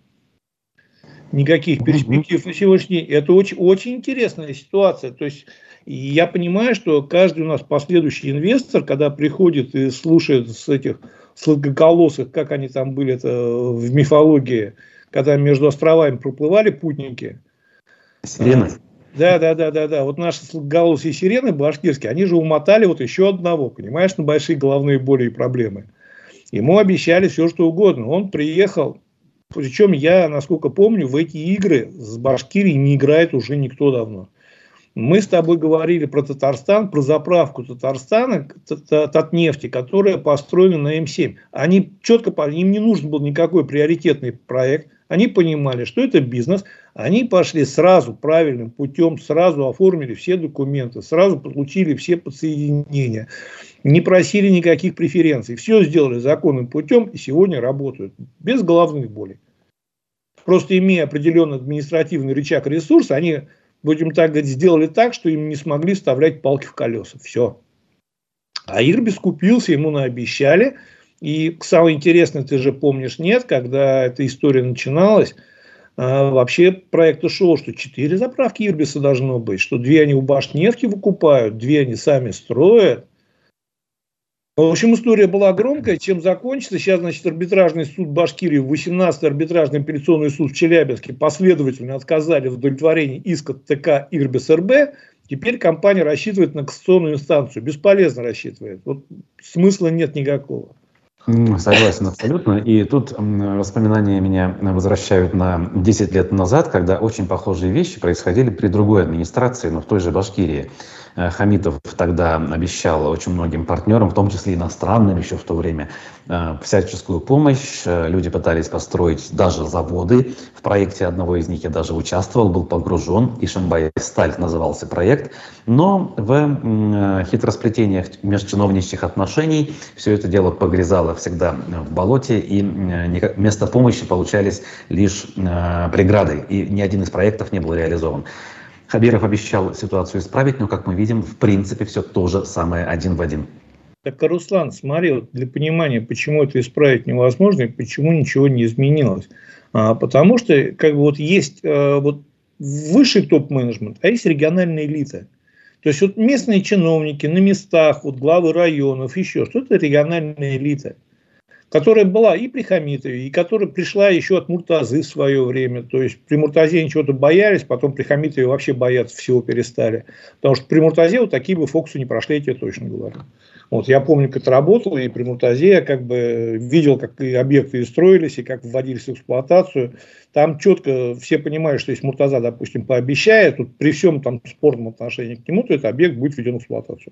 никаких перспектив на сегодняшний день. Это очень, очень интересная ситуация. То есть я понимаю, что каждый у нас последующий инвестор, когда приходит и слушает с этих сладкоголосых, как они там были это в мифологии, когда между островами проплывали путники. Сирены. Да, да, да, да, да. Вот наши сладкоголосые сирены башкирские, они же умотали вот еще одного, понимаешь, на большие головные боли и проблемы. Ему обещали все, что угодно. Он приехал Причем я, насколько помню, в эти игры с Башкирией не играет уже никто давно. Мы с тобой говорили про Татарстан, про заправку Татарстана, Татнефти, которая построена на эм семь. Они четко, им не нужен был никакой приоритетный проект. Они понимали, что это бизнес. Они пошли сразу правильным путем, сразу оформили все документы, сразу получили все подсоединения. Не просили никаких преференций. Все сделали законным путем и сегодня работают без головных болей. Просто имея определенный административный рычаг ресурса, они, будем так говорить, сделали так, что им не смогли вставлять палки в колеса. Все. А Ирбис купился, ему наобещали. И самое интересное, ты же помнишь, нет, когда эта история начиналась, а, вообще проект шел, что четыре заправки Ирбиса должно быть, что две они у Башнефти выкупают, две они сами строят. В общем, история была громкая. Чем закончится? Сейчас, значит, арбитражный суд Башкирии, восемнадцатый арбитражный апелляционный суд в Челябинске последовательно отказали в удовлетворении иска ТК Ирбис РБ. Теперь компания рассчитывает на кассационную инстанцию. Бесполезно рассчитывает. Вот смысла нет никакого. Согласен абсолютно. И тут воспоминания меня возвращают на десять лет назад, когда очень похожие вещи происходили при другой администрации, но в той же Башкирии. Хамитов тогда обещал очень многим партнерам, в том числе иностранным еще в то время, всяческую помощь. Люди пытались построить даже заводы. В проекте одного из них я даже участвовал, был погружен. Ишимбай-Сталь назывался проект. Но в хитросплетениях межчиновничьих отношений все это дело погрязало всегда в болоте, и вместо помощи получались лишь преграды. И ни один из проектов не был реализован. Хабиров обещал ситуацию исправить, но, как мы видим, в принципе, все то же самое один в один. Так, Руслан, смотри, вот для понимания, почему это исправить невозможно и почему ничего не изменилось. А, потому что как бы, вот есть а, вот, высший топ-менеджмент, а есть региональная элита. То есть вот местные чиновники на местах, вот главы районов, еще что-то региональная элита, которая была и при Хамитове, и которая пришла еще от Муртазы в свое время. То есть при Муртазе они чего-то боялись, потом при Хамитове вообще бояться всего перестали. Потому что при Муртазе вот такие бы фокусы не прошли, я тебе точно говорю. Вот, я помню, как это работало, и при Муртазе я как бы видел, как и объекты строились, и как вводились в эксплуатацию. Там четко все понимают, что если Муртаза, допустим, пообещает, тут при всем там спорном отношении к нему, то этот объект будет введен в эксплуатацию.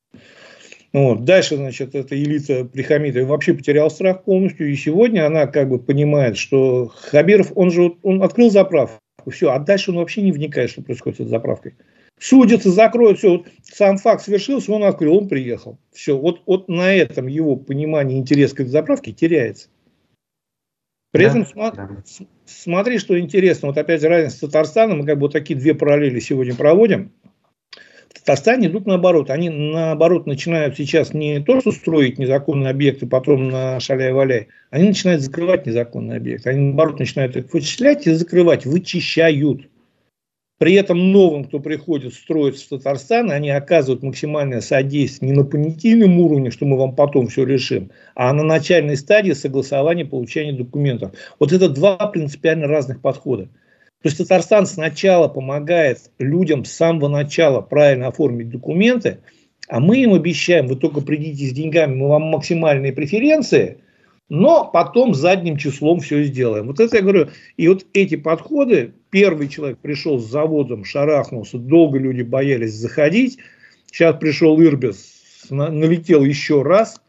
Вот. Дальше, значит, эта элита при Хамитове вообще потеряла страх полностью. И сегодня она как бы понимает, что Хабиров, он же он открыл заправку. Все, а дальше он вообще не вникает, что происходит с этой заправкой. Судится, закроют, все. Вот сам факт свершился, он открыл, он приехал. Все, вот, вот на этом его понимание, интерес к этой заправке теряется. При да, этом см- да. смотри, что интересно. Вот опять разница с Татарстаном. Мы как бы вот такие две параллели сегодня проводим. В Татарстане идут наоборот. Они наоборот начинают сейчас не то, что строить незаконные объекты, потом на шаляй-валяй. Они начинают закрывать незаконные объекты. Они наоборот начинают их вычислять и закрывать. Вычищают. При этом новым, кто приходит строить в Татарстан, они оказывают максимальное содействие не на понятийном уровне, что мы вам потом все решим, а на начальной стадии согласования получения документов. Вот это два принципиально разных подхода. То есть Татарстан сначала помогает людям с самого начала правильно оформить документы, а мы им обещаем, вы только придите с деньгами, мы вам максимальные преференции, но потом задним числом все сделаем. Вот это я говорю. И вот эти подходы, первый человек пришел с заводом, шарахнулся, долго люди боялись заходить. Сейчас пришел Ирбис, налетел еще раз.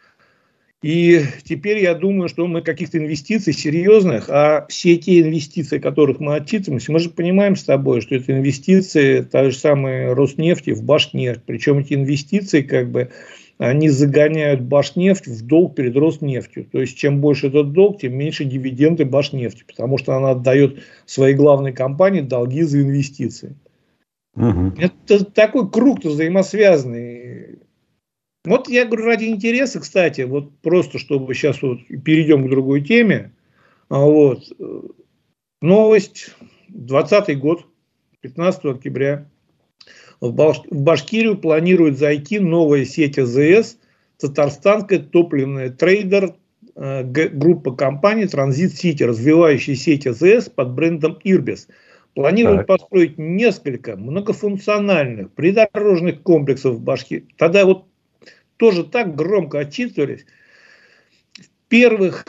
И теперь я думаю, что мы каких-то инвестиций серьезных, а все те инвестиции, которых мы отчитываемся, мы же понимаем с тобой, что это инвестиции, та же самая Роснефти в Башнефть. Причем эти инвестиции как бы... они загоняют Башнефть в долг перед Роснефтью. То есть, чем больше этот долг, тем меньше дивиденды Башнефти. Потому что она отдает своей главной компании долги за инвестиции. Угу. Это такой круг-то взаимосвязанный. Вот я говорю, ради интереса, кстати, вот просто, чтобы сейчас вот перейдем к другой теме. Вот. Новость. двадцатый год, пятнадцатого октября. В Башкирию планирует зайти новая сеть АЗС, татарстанская топливная трейдер, э, группа компаний Транзит Сити, развивающая сеть АЗС под брендом Ирбис. Планируют так. построить несколько многофункциональных придорожных комплексов в Башкирии. Тогда вот тоже так громко отчитывались. В первых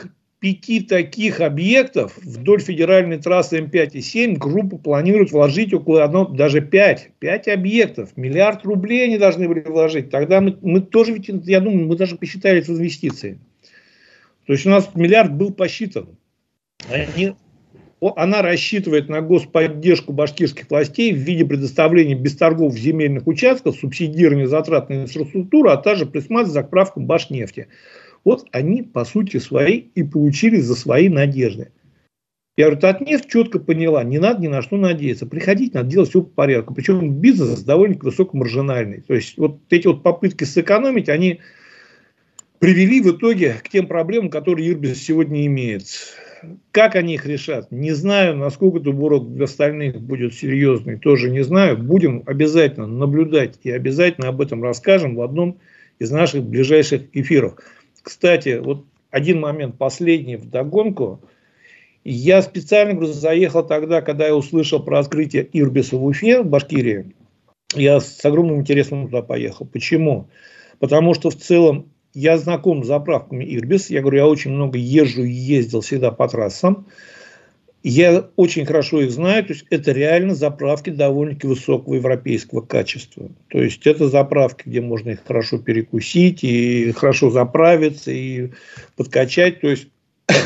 пяти таких объектов вдоль федеральной трассы М пять и семь группа планирует вложить около одного, даже пять, пять объектов. Миллиард рублей они должны были вложить. Тогда мы, мы тоже, ведь, я думаю, мы даже посчитали это инвестиции. То есть у нас миллиард был посчитан. Они, она рассчитывает на господдержку башкирских властей в виде предоставления без торгов земельных участков, субсидирования затрат на инфраструктуру, а также присматривать за заправкам Башнефти. Вот они, по сути, свои и получили за свои надежды. Я говорю, Татнефть четко поняла, не надо ни на что надеяться. Приходить надо делать все по порядку. Причем бизнес довольно высокомаржинальный. То есть, вот эти вот попытки сэкономить, они привели в итоге к тем проблемам, которые Ирбис сегодня имеет. Как они их решат, не знаю. Насколько этот урок для остальных будет серьезный, тоже не знаю. Будем обязательно наблюдать и обязательно об этом расскажем в одном из наших ближайших эфиров. Кстати, вот один момент последний вдогонку. Я специально, говорю, заехал тогда, когда я услышал про открытие Ирбиса в Уфе, в Башкирии. Я с огромным интересом туда поехал. Почему? Потому что в целом я знаком с заправками Ирбис. Я говорю, я очень много езжу и ездил всегда по трассам. Я очень хорошо их знаю. То есть это реально заправки довольно-таки высокого европейского качества. То есть это заправки, где можно их хорошо перекусить, и хорошо заправиться, и подкачать. То есть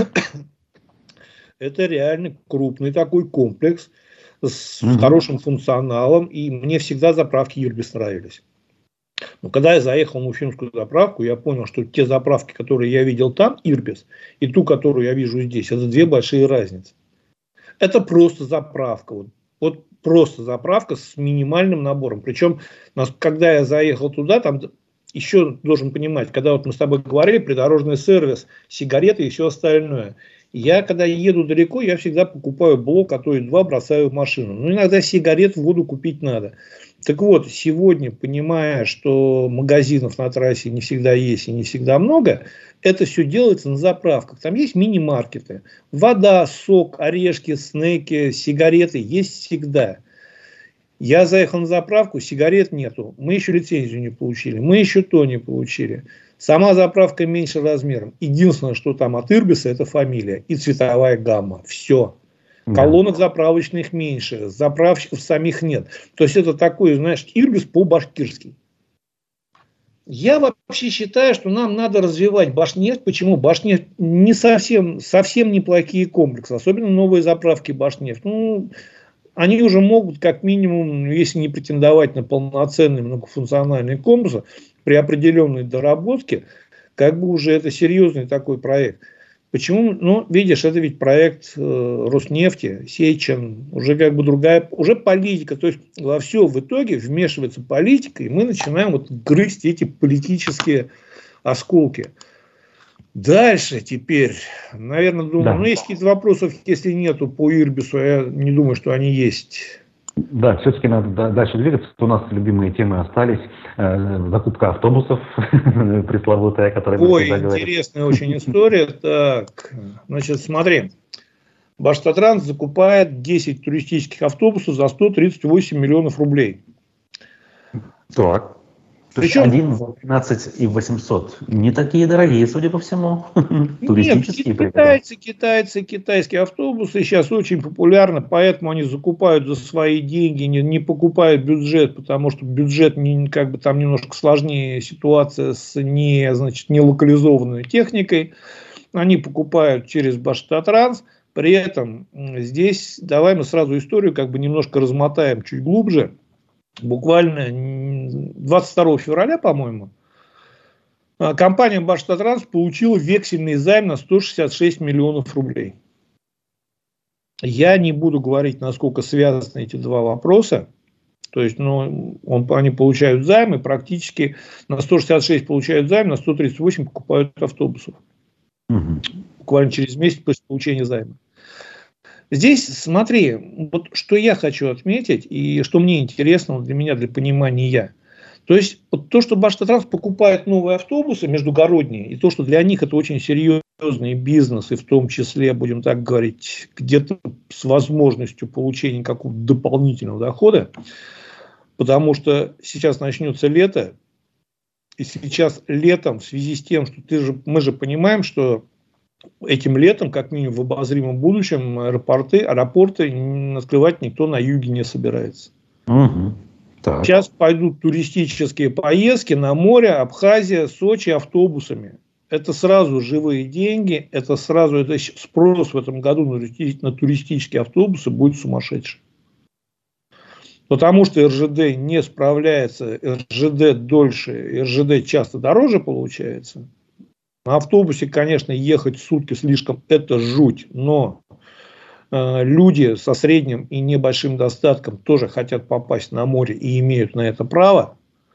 это реально крупный такой комплекс с mm-hmm. хорошим функционалом. И мне всегда заправки Ирбис нравились. Но когда я заехал на уфимскую заправку, я понял, что те заправки, которые я видел там, Ирбис, и ту, которую я вижу здесь, это две большие разницы. Это просто заправка. Вот, вот просто заправка с минимальным набором. Причем, когда я заехал туда, там еще должен понимать, когда вот мы с тобой говорили, придорожный сервис, сигареты и все остальное. Я, когда еду далеко, я всегда покупаю блок, а то и два бросаю в машину. Но иногда сигарет в воду купить надо. Так вот, сегодня, понимая, что магазинов на трассе не всегда есть и не всегда много, это все делается на заправках. Там есть мини-маркеты. Вода, сок, орешки, снеки, сигареты есть всегда. Я заехал на заправку, сигарет нету. Мы еще лицензию не получили. Мы еще то не получили. Сама заправка меньше размером. Единственное, что там от Ирбиса, это фамилия и цветовая гамма. Все. Колонок заправочных меньше, заправщиков самих нет. То есть это такой, знаешь, Ирбис по-башкирски. Я вообще считаю, что нам надо развивать Башнефть. Почему? Башнефть не совсем, совсем неплохие комплексы, особенно новые заправки Башнефть. Ну, они уже могут, как минимум, если не претендовать на полноценный многофункциональный комплекс, при определенной доработке, как бы уже это серьезный такой проект. Почему? Ну, видишь, это ведь проект э, Роснефти, Сечин, уже как бы другая, уже политика. То есть во все в итоге вмешивается политика, и мы начинаем вот грызть эти политические осколки. Дальше теперь, наверное, думаю, да. Ну, есть какие-то вопросы, если нету по Ирбису, я не думаю, что они есть. Да, все-таки надо дальше двигаться. У нас любимые темы остались. Закупка автобусов пресловутая, которая... Ой, интересная очень история. Так, значит, смотри. Башавтотранс закупает десять туристических автобусов за сто тридцать восемь миллионов рублей. Так. Причем один за тринадцать и восемьсот. Не такие дорогие, судя по всему. Туристические. Нет, китайцы, китайцы, китайские автобусы сейчас очень популярны, поэтому они закупают за свои деньги, не, не покупают бюджет, потому что бюджет не, как бы там немножко сложнее ситуация с не, значит, не локализованной техникой. Они покупают через Башавтотранс. При этом здесь, давай мы сразу историю как бы немножко размотаем чуть глубже. Буквально двадцать второго февраля, по-моему, компания Башавтотранс получила вексельный займ на сто шестьдесят шесть миллионов рублей. Я не буду говорить, насколько связаны эти два вопроса. То есть, ну, он, они получают займ, и практически на сто шестьдесят шесть получают займ, на сто тридцать восемь покупают автобусов. Угу. Буквально через месяц после получения займа. Здесь, смотри, вот что я хочу отметить, и что мне интересно для меня, для понимания. То есть, вот то, что Башавтотранс покупает новые автобусы междугородние, и то, что для них это очень серьезный бизнес, и в том числе, будем так говорить, где-то с возможностью получения какого-то дополнительного дохода, потому что сейчас начнется лето, и сейчас летом, в связи с тем, что ты же, мы же понимаем, что этим летом, как минимум в обозримом будущем, аэропорты, аэропорты открывать никто на юге не собирается. Угу. Так. Сейчас пойдут туристические поездки на море, Абхазия, Сочи автобусами. Это сразу живые деньги, это сразу это спрос в этом году на туристические автобусы будет сумасшедший. Потому что эр жэ дэ не справляется, эр жэ дэ дольше, эр жэ дэ часто дороже получается. На автобусе, конечно, ехать сутки слишком, это жуть, но э, люди со средним и небольшим достатком тоже хотят попасть на море и имеют на это право.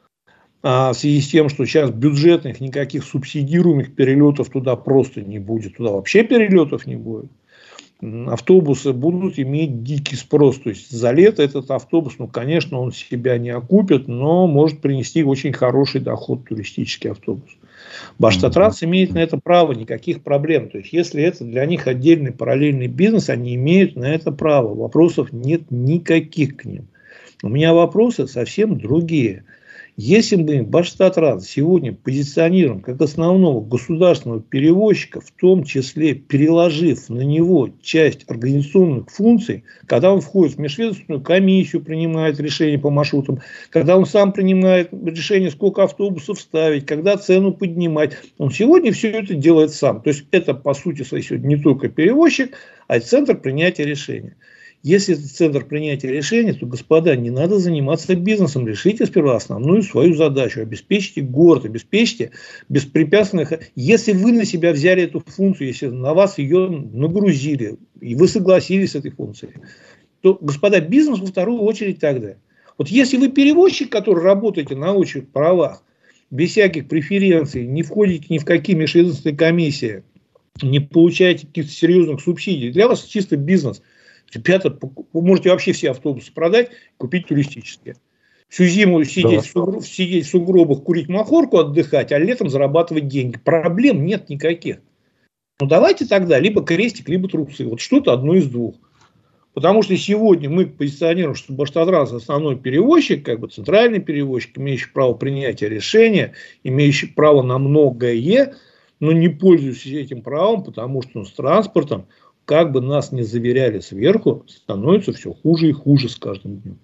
А в связи с тем, что сейчас бюджетных никаких субсидируемых перелетов туда просто не будет, туда вообще перелетов не будет. Автобусы будут иметь дикий спрос. То есть за лето этот автобус, ну, конечно, он себя не окупит, но может принести очень хороший доход туристический автобус. Башавтотранс имеет на это право, никаких проблем. То есть если это для них отдельный параллельный бизнес, они имеют на это право. Вопросов нет никаких к ним. У меня вопросы совсем другие. Если мы Башавтотранс сегодня позиционируем как основного государственного перевозчика, в том числе переложив на него часть организационных функций, когда он входит в межведомственную комиссию, принимает решения по маршрутам, когда он сам принимает решение, сколько автобусов ставить, когда цену поднимать, он сегодня все это делает сам. То есть это по сути своей сегодня не только перевозчик, а и центр принятия решения. Если это центр принятия решений, то, господа, не надо заниматься бизнесом. Решите сперва основную свою задачу. Обеспечьте город, обеспечьте беспрепятственных. Если вы на себя взяли эту функцию, если на вас ее нагрузили, и вы согласились с этой функцией, то, господа, бизнес во вторую очередь тогда. Вот если вы перевозчик, который работаете на общих правах, без всяких преференций, не входите ни в какие межведомственные комиссии, не получаете каких-то серьезных субсидий, для вас чисто бизнес. Ребята, вы можете вообще все автобусы продать, купить туристические. Всю зиму сидеть, да. в, сугроб, сидеть в сугробах, курить махорку, отдыхать, а летом зарабатывать деньги. Проблем нет никаких. Ну давайте тогда либо крестик, либо трусы. Вот что-то одно из двух. Потому что сегодня мы позиционируем, что Башавтотранс основной перевозчик, как бы центральный перевозчик, имеющий право принятия решения, имеющий право на многое, но не пользуясь этим правом, потому что он с транспортом, как бы нас ни заверяли сверху, становится все хуже и хуже с каждым днем.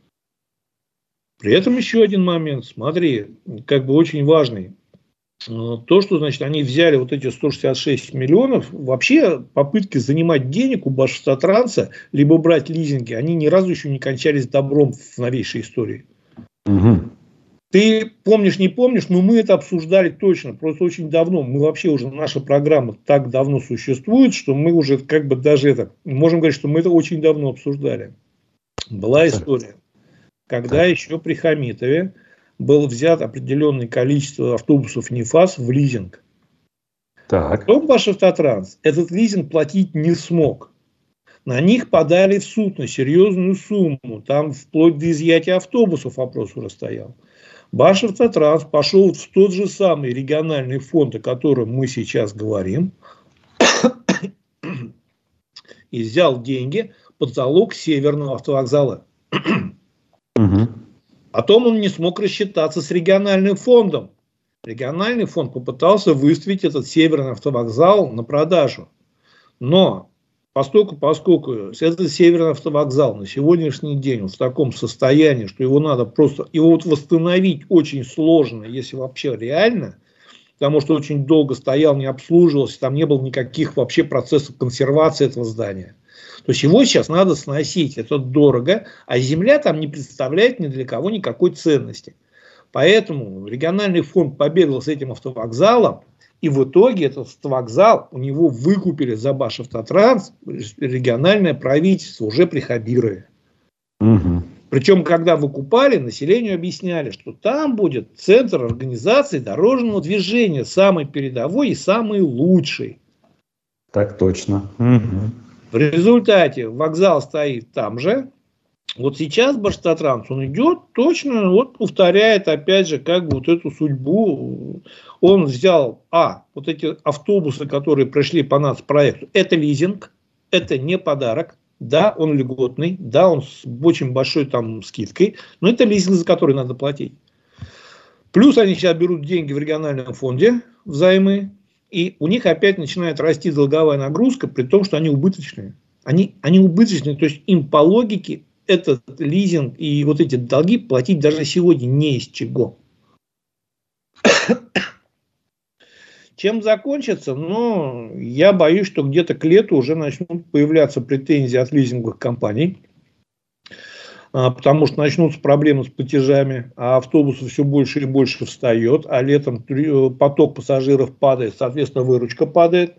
При этом еще один момент, смотри, как бы очень важный. То, что, значит, они взяли вот эти сто шестьдесят шесть миллионов, вообще попытки занимать денег у Башавтотранса, либо брать лизинги, они ни разу еще не кончались добром в новейшей истории. Угу. Ты помнишь, не помнишь, но мы это обсуждали точно, просто очень давно. Мы вообще уже, наша программа так давно существует, что мы уже как бы даже это, можем говорить, что мы это очень давно обсуждали. Была история, когда так. еще при Хамитове было взято определенное количество автобусов НИФАС в лизинг. Так. Потом Башавтотранс этот лизинг платить не смог. На них подали в суд на серьезную сумму. Там вплоть до изъятия автобусов вопрос уже стоял. Башавтотранс пошел в тот же самый региональный фонд, о котором мы сейчас говорим, и взял деньги под залог Северного автовокзала. Угу. Потом он не смог рассчитаться с региональным фондом. Региональный фонд попытался выставить этот Северный автовокзал на продажу. Но Поскольку, поскольку этот Северный автовокзал на сегодняшний день в таком состоянии, что его надо просто, его вот восстановить очень сложно, если вообще реально, потому что очень долго стоял, не обслуживался, там не было никаких вообще процессов консервации этого здания. То есть его сейчас надо сносить, это дорого, а земля там не представляет ни для кого никакой ценности. Поэтому региональный фонд побегал с этим автовокзалом, и в итоге этот автовокзал у него выкупили за Башавтотранс региональное правительство уже при Хабирове. Угу. Причем, когда выкупали, населению объясняли, что там будет центр организации дорожного движения, самый передовой и самый лучший. Так точно. Угу. В результате вокзал стоит там же. Вот сейчас Башавтотранс, он идет, точно вот повторяет опять же как бы вот эту судьбу. Он взял, а, вот эти автобусы, которые пришли по нацпроекту, это лизинг, это не подарок. Да, он льготный, да, он с очень большой там скидкой, но это лизинг, за который надо платить. Плюс они сейчас берут деньги в региональном фонде взаймы. И у них опять начинает расти долговая нагрузка, при том, что они убыточные. Они, они убыточные, то есть им по логике этот лизинг и вот эти долги платить даже сегодня не из чего. Чем закончится? Ну, я боюсь, что где-то к лету уже начнут появляться претензии от лизинговых компаний, потому что начнутся проблемы с платежами, а автобусов все больше и больше встает, а летом поток пассажиров падает, соответственно, выручка падает.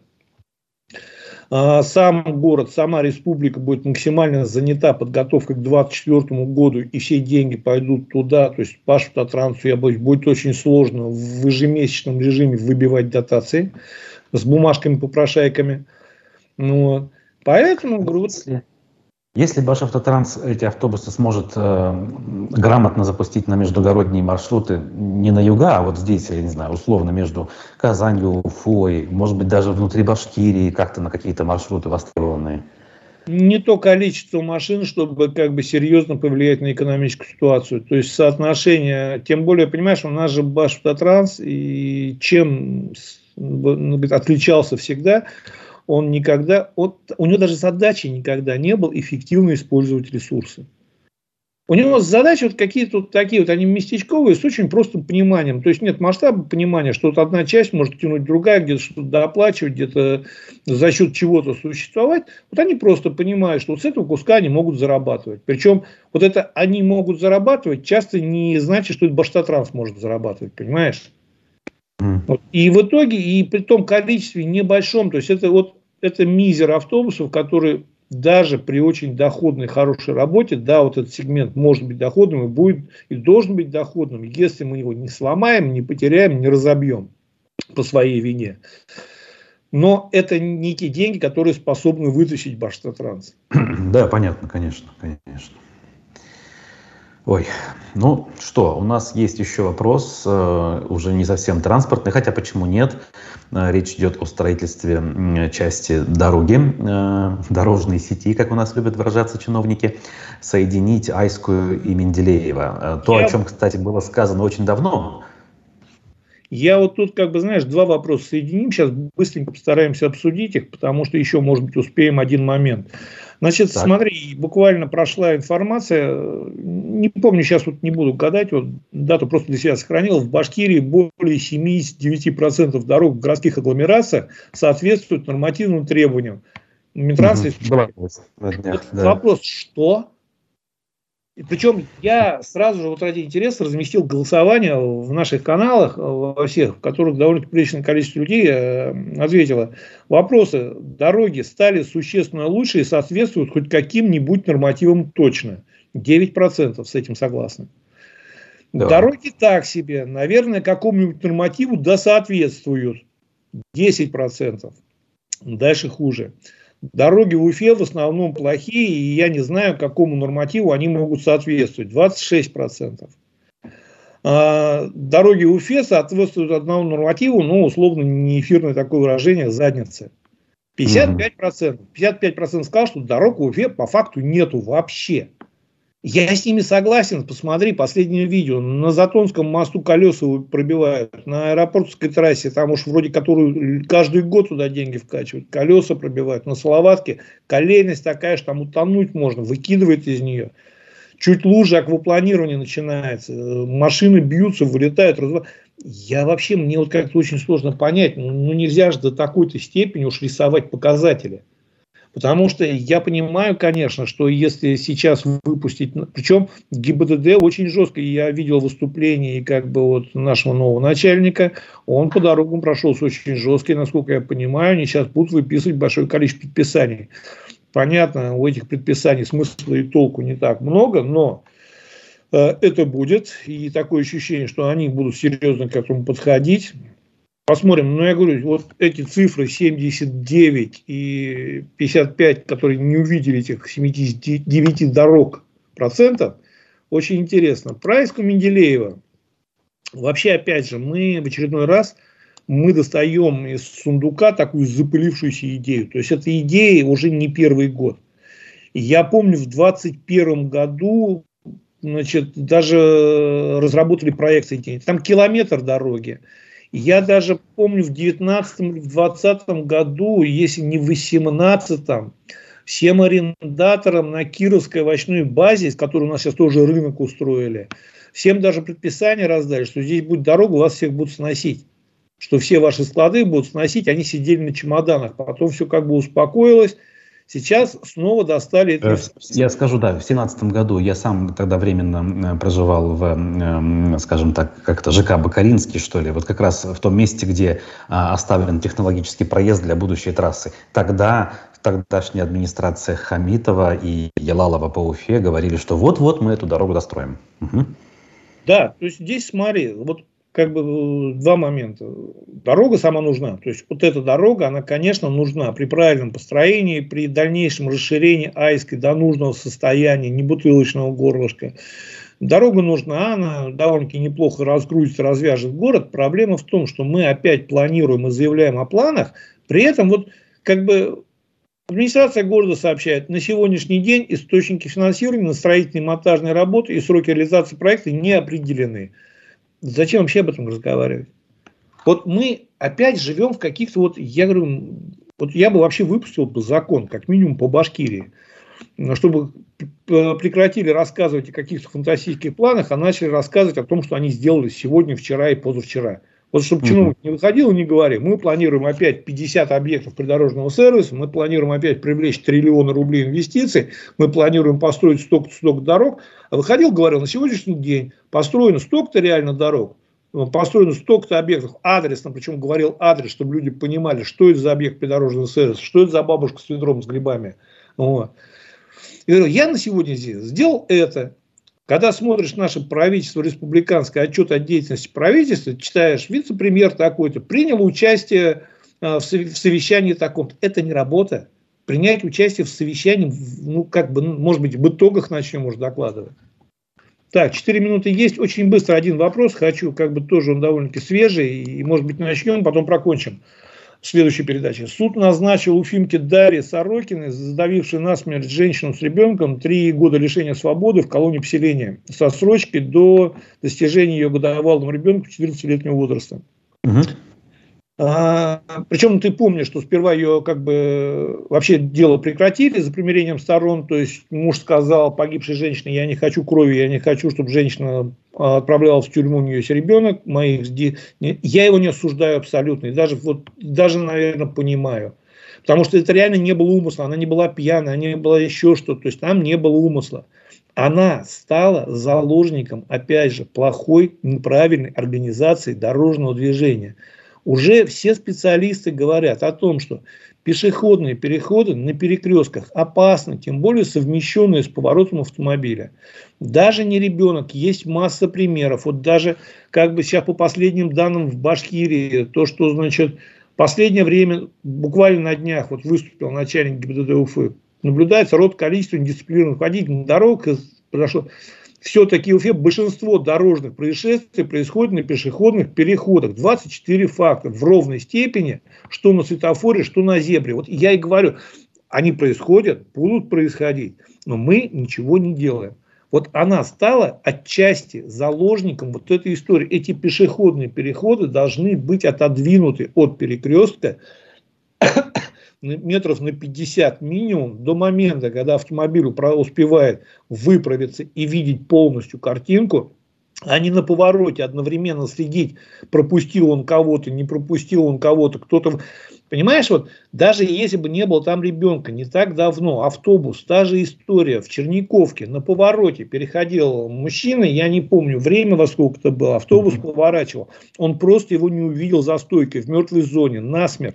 Сам город, сама республика будет максимально занята подготовкой к две тысячи двадцать четвёртому году, и все деньги пойдут туда, то есть Башавтотрансу, я боюсь, будет очень сложно в ежемесячном режиме выбивать дотации с бумажками-попрошайками. Вот. Поэтому, говорю, если Башавтотранс эти автобусы сможет э, грамотно запустить на междугородние маршруты, не на юга, а вот здесь, я не знаю, условно между Казанью, Уфой, может быть, даже внутри Башкирии, как-то на какие-то маршруты востребованные. Не то количество машин, чтобы как бы серьезно повлиять на экономическую ситуацию. То есть соотношение, тем более, понимаешь, у нас же Башавтотранс, и чем отличался всегда, он никогда, он, у него даже задачи никогда не было эффективно использовать ресурсы. У него задачи вот какие-то вот такие вот, они местечковые, с очень простым пониманием. То есть нет масштаба понимания, что вот одна часть может тянуть другая, где-то что-то дооплачивать, где-то за счет чего-то существовать. Вот они просто понимают, что вот с этого куска они могут зарабатывать. Причем вот это они могут зарабатывать часто не значит, что это Башавтотранс может зарабатывать, понимаешь? Вот. И в итоге, и при том количестве небольшом, то есть это вот это мизер автобусов, которые даже при очень доходной, хорошей работе, да, вот этот сегмент может быть доходным и будет, и должен быть доходным, если мы его не сломаем, не потеряем, не разобьем по своей вине. Но это не те деньги, которые способны вытащить Башавтотранс. Да, понятно, конечно, конечно. Ой, ну что, у нас есть еще вопрос, э, уже не совсем транспортный, хотя почему нет? Э, речь идет о строительстве э, части дороги, э, дорожной сети, как у нас любят выражаться чиновники, соединить Айскую и Менделеево. Э, то, Я... о чем, кстати, было сказано очень давно. Я вот тут, как бы, знаешь, два вопроса соединим, сейчас быстренько постараемся обсудить их, потому что еще, может быть, успеем один момент. Значит, так. Смотри, буквально прошла информация, не помню, сейчас вот не буду гадать, вот дату просто для себя сохранил, в Башкирии более семьдесят девять процентов дорог в городских агломерациях соответствуют нормативным требованиям. Минтранс. Угу. Вот да. Вопрос, что? И причем я сразу же вот ради интереса разместил голосование в наших каналах, во всех, в которых довольно приличное количество людей ответило. Вопросы: дороги стали существенно лучше и соответствуют хоть каким-нибудь нормативам точно. девять процентов с этим согласны. Да. Дороги так себе, наверное, какому-нибудь нормативу да соответствуют. десять процентов. Дальше хуже. Дороги в Уфе в основном плохие, и я не знаю, какому нормативу они могут соответствовать. двадцать шесть процентов. А, дороги в Уфе соответствуют одному нормативу, ну, условно, не эфирное такое выражение, задницы. пятьдесят пять процентов. пятьдесят пять процентов сказал, что дорог в Уфе по факту нету вообще. Я с ними согласен. Посмотри последнее видео. На Затонском мосту колеса пробивают. На аэропортской трассе, там уж вроде которую каждый год туда деньги вкачивают. Колеса пробивают. На Салаватке колейность такая, что там утонуть можно. Выкидывает из нее. Чуть лучше аквапланирование начинается. Машины бьются, вылетают. Разв... Я вообще, мне вот как-то очень сложно понять. Ну, ну нельзя же до такой-то степени уж рисовать показатели. Потому что я понимаю, конечно, что если сейчас выпустить, причем ГИБДД очень жестко, я видел выступление как бы вот нашего нового начальника, он по дорогам прошелся очень жестко, и, насколько я понимаю, они сейчас будут выписывать большое количество предписаний. Понятно, у этих предписаний смысла и толку не так много, но э, это будет, и такое ощущение, что они будут серьезно к этому подходить. Посмотрим, но я говорю, вот эти цифры семьдесят девять и пятьдесят пять, которые не увидели этих семидесяти девяти дорог процентов, очень интересно. Про Айску Менделеева. Вообще, опять же, мы в очередной раз мы достаем из сундука такую запылившуюся идею. То есть, эта идея уже не первый год. Я помню, в двадцать первом году, значит, даже разработали проект соединения. Там километр дороги. Я даже помню в девятнадцатом или в двадцатом году, если не в восемнадцатом, всем арендаторам на Кировской овощной базе, с которой у нас сейчас тоже рынок устроили, всем даже предписание раздали, что здесь будет дорога, вас всех будут сносить. Что все ваши склады будут сносить, они сидели на чемоданах. Потом все как бы успокоилось. Сейчас снова достали это. Я скажу, да, в две тысячи семнадцатом году я сам тогда временно проживал в, скажем так, как-то ЖК Бакаринский, что ли, вот как раз в том месте, где оставлен технологический проезд для будущей трассы. Тогда тогдашняя администрация Хамитова и Ялалова по Уфе говорили, что вот-вот мы эту дорогу достроим. Угу. Да, то есть здесь смотри, вот как бы два момента. Дорога сама нужна. То есть вот эта дорога, она, конечно, нужна при правильном построении, при дальнейшем расширении Айской до нужного состояния, не бутылочного горлышка. Дорога нужна, она довольно-таки неплохо разгрузит, развяжет город. Проблема в том, что мы опять планируем и заявляем о планах, при этом вот как бы администрация города сообщает, на сегодняшний день источники финансирования на строительные монтажные работы и сроки реализации проекта не определены. Зачем вообще об этом разговаривать? Вот мы опять живем в каких-то вот, я говорю, вот я бы вообще выпустил бы закон, как минимум по Башкирии, чтобы прекратили рассказывать о каких-то фантастических планах, а начали рассказывать о том, что они сделали сегодня, вчера и позавчера. Вот чтобы чиновник не выходил и не говорил, мы планируем опять пятьдесят объектов придорожного сервиса, мы планируем опять привлечь триллионы рублей инвестиций, мы планируем построить столько-то, столько дорог. А выходил, говорил, на сегодняшний день построено столько-то реально дорог, построено столько-то объектов адресно, причем говорил адрес, чтобы люди понимали, что это за объект придорожного сервиса, что это за бабушка с ведром с грибами. Вот. И говорил, я на сегодня здесь сделал это. Когда смотришь наше правительство, республиканское, отчет о деятельности правительства, читаешь, вице-премьер такой-то принял участие в совещании таком-то. Это не работа. Принять участие в совещании, ну, как бы, может быть, в итогах начнем уже докладывать. Так, четыре минуты есть. Очень быстро один вопрос. Хочу, как бы, тоже он довольно-таки свежий. И, может быть, начнем, потом прокончим. В следующей передаче. Суд назначил уфимке Дарье Сорокиной, задавившей насмерть женщину с ребенком, три года лишения свободы в колонии поселения со срочкой до достижения ее годовалому ребенку четырнадцатилетнего возраста. Угу. А, причем ты помнишь, что сперва ее как бы вообще дело прекратили за примирением сторон, то есть муж сказал погибшей женщине, я не хочу крови, я не хочу, чтобы женщина отправлялась в тюрьму, у нее есть ребенок, моих, я его не осуждаю абсолютно, и даже, вот, даже, наверное, понимаю, потому что это реально не было умысла, она не была пьяна, не было еще что-то, то есть там не было умысла. Она стала заложником, опять же, плохой, неправильной организации дорожного движения. Уже все специалисты говорят о том, что пешеходные переходы на перекрестках опасны, тем более совмещенные с поворотом автомобиля. Даже не ребенок, есть масса примеров. Вот даже как бы сейчас по последним данным в Башкирии, то, что, значит, в последнее время, буквально на днях, вот выступил начальник ГИБДД Уфы, наблюдается рост количества недисциплинированных водителей на дорогах, произошло... Все-таки в Уфе большинство дорожных происшествий происходит на пешеходных переходах. двадцать четыре факта в ровной степени, что на светофоре, что на зебре. Вот я и говорю, они происходят, будут происходить, но мы ничего не делаем. Вот она стала отчасти заложником вот этой истории. Эти пешеходные переходы должны быть отодвинуты от перекрестка метров на пятьдесят минимум, до момента, когда автомобиль успевает выправиться и видеть полностью картинку, а не на повороте одновременно следить, пропустил он кого-то, не пропустил он кого-то, кто-то... Понимаешь, вот даже если бы не было там ребенка, не так давно, автобус, та же история, в Черниковке на повороте переходил мужчина, я не помню время, во сколько это было, автобус поворачивал, он просто его не увидел за стойкой в мертвой зоне, насмерть.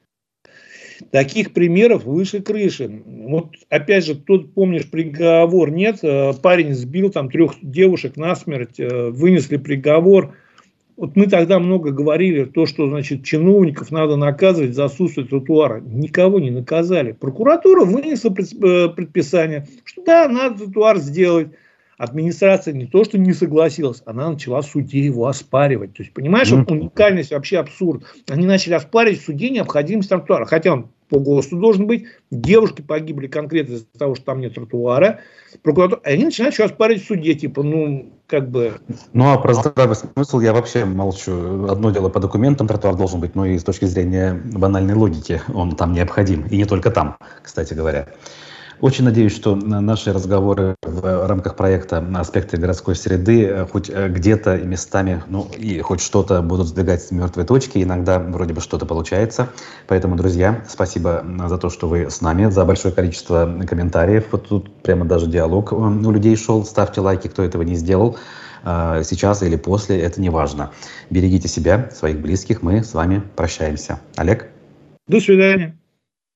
Таких примеров выше крыши. Вот опять же, тут, помнишь, приговор нет, парень сбил там трех девушек насмерть, вынесли приговор. Вот мы тогда много говорили, то, что, значит, чиновников надо наказывать за отсутствие тротуара. Никого не наказали. Прокуратура вынесла предписание, что да, надо тротуар сделать. администрация не то, что не согласилась, она начала в суде его оспаривать. То есть, понимаешь, mm-hmm. уникальность, вообще абсурд. Они начали оспаривать в суде необходимость тротуара. Хотя он по ГОСТу должен быть. Девушки погибли конкретно из-за того, что там нет тротуара. Прокуратура. И они начинают еще оспаривать в суде. Типа, ну, как бы... Ну, а про здравый смысл я вообще молчу. Одно дело по документам тротуар должен быть, но и с точки зрения банальной логики он там необходим. И не только там, кстати говоря. Очень надеюсь, что наши разговоры в рамках проекта «Аспекты городской среды» хоть где-то местами, ну и хоть что-то будут сдвигать с мертвой точки. Иногда вроде бы что-то получается. Поэтому, друзья, спасибо за то, что вы с нами, за большое количество комментариев. Вот тут прямо даже диалог у людей шел. Ставьте лайки, кто этого не сделал. Сейчас или после, это не важно. Берегите себя, своих близких. Мы с вами прощаемся. Олег? До свидания.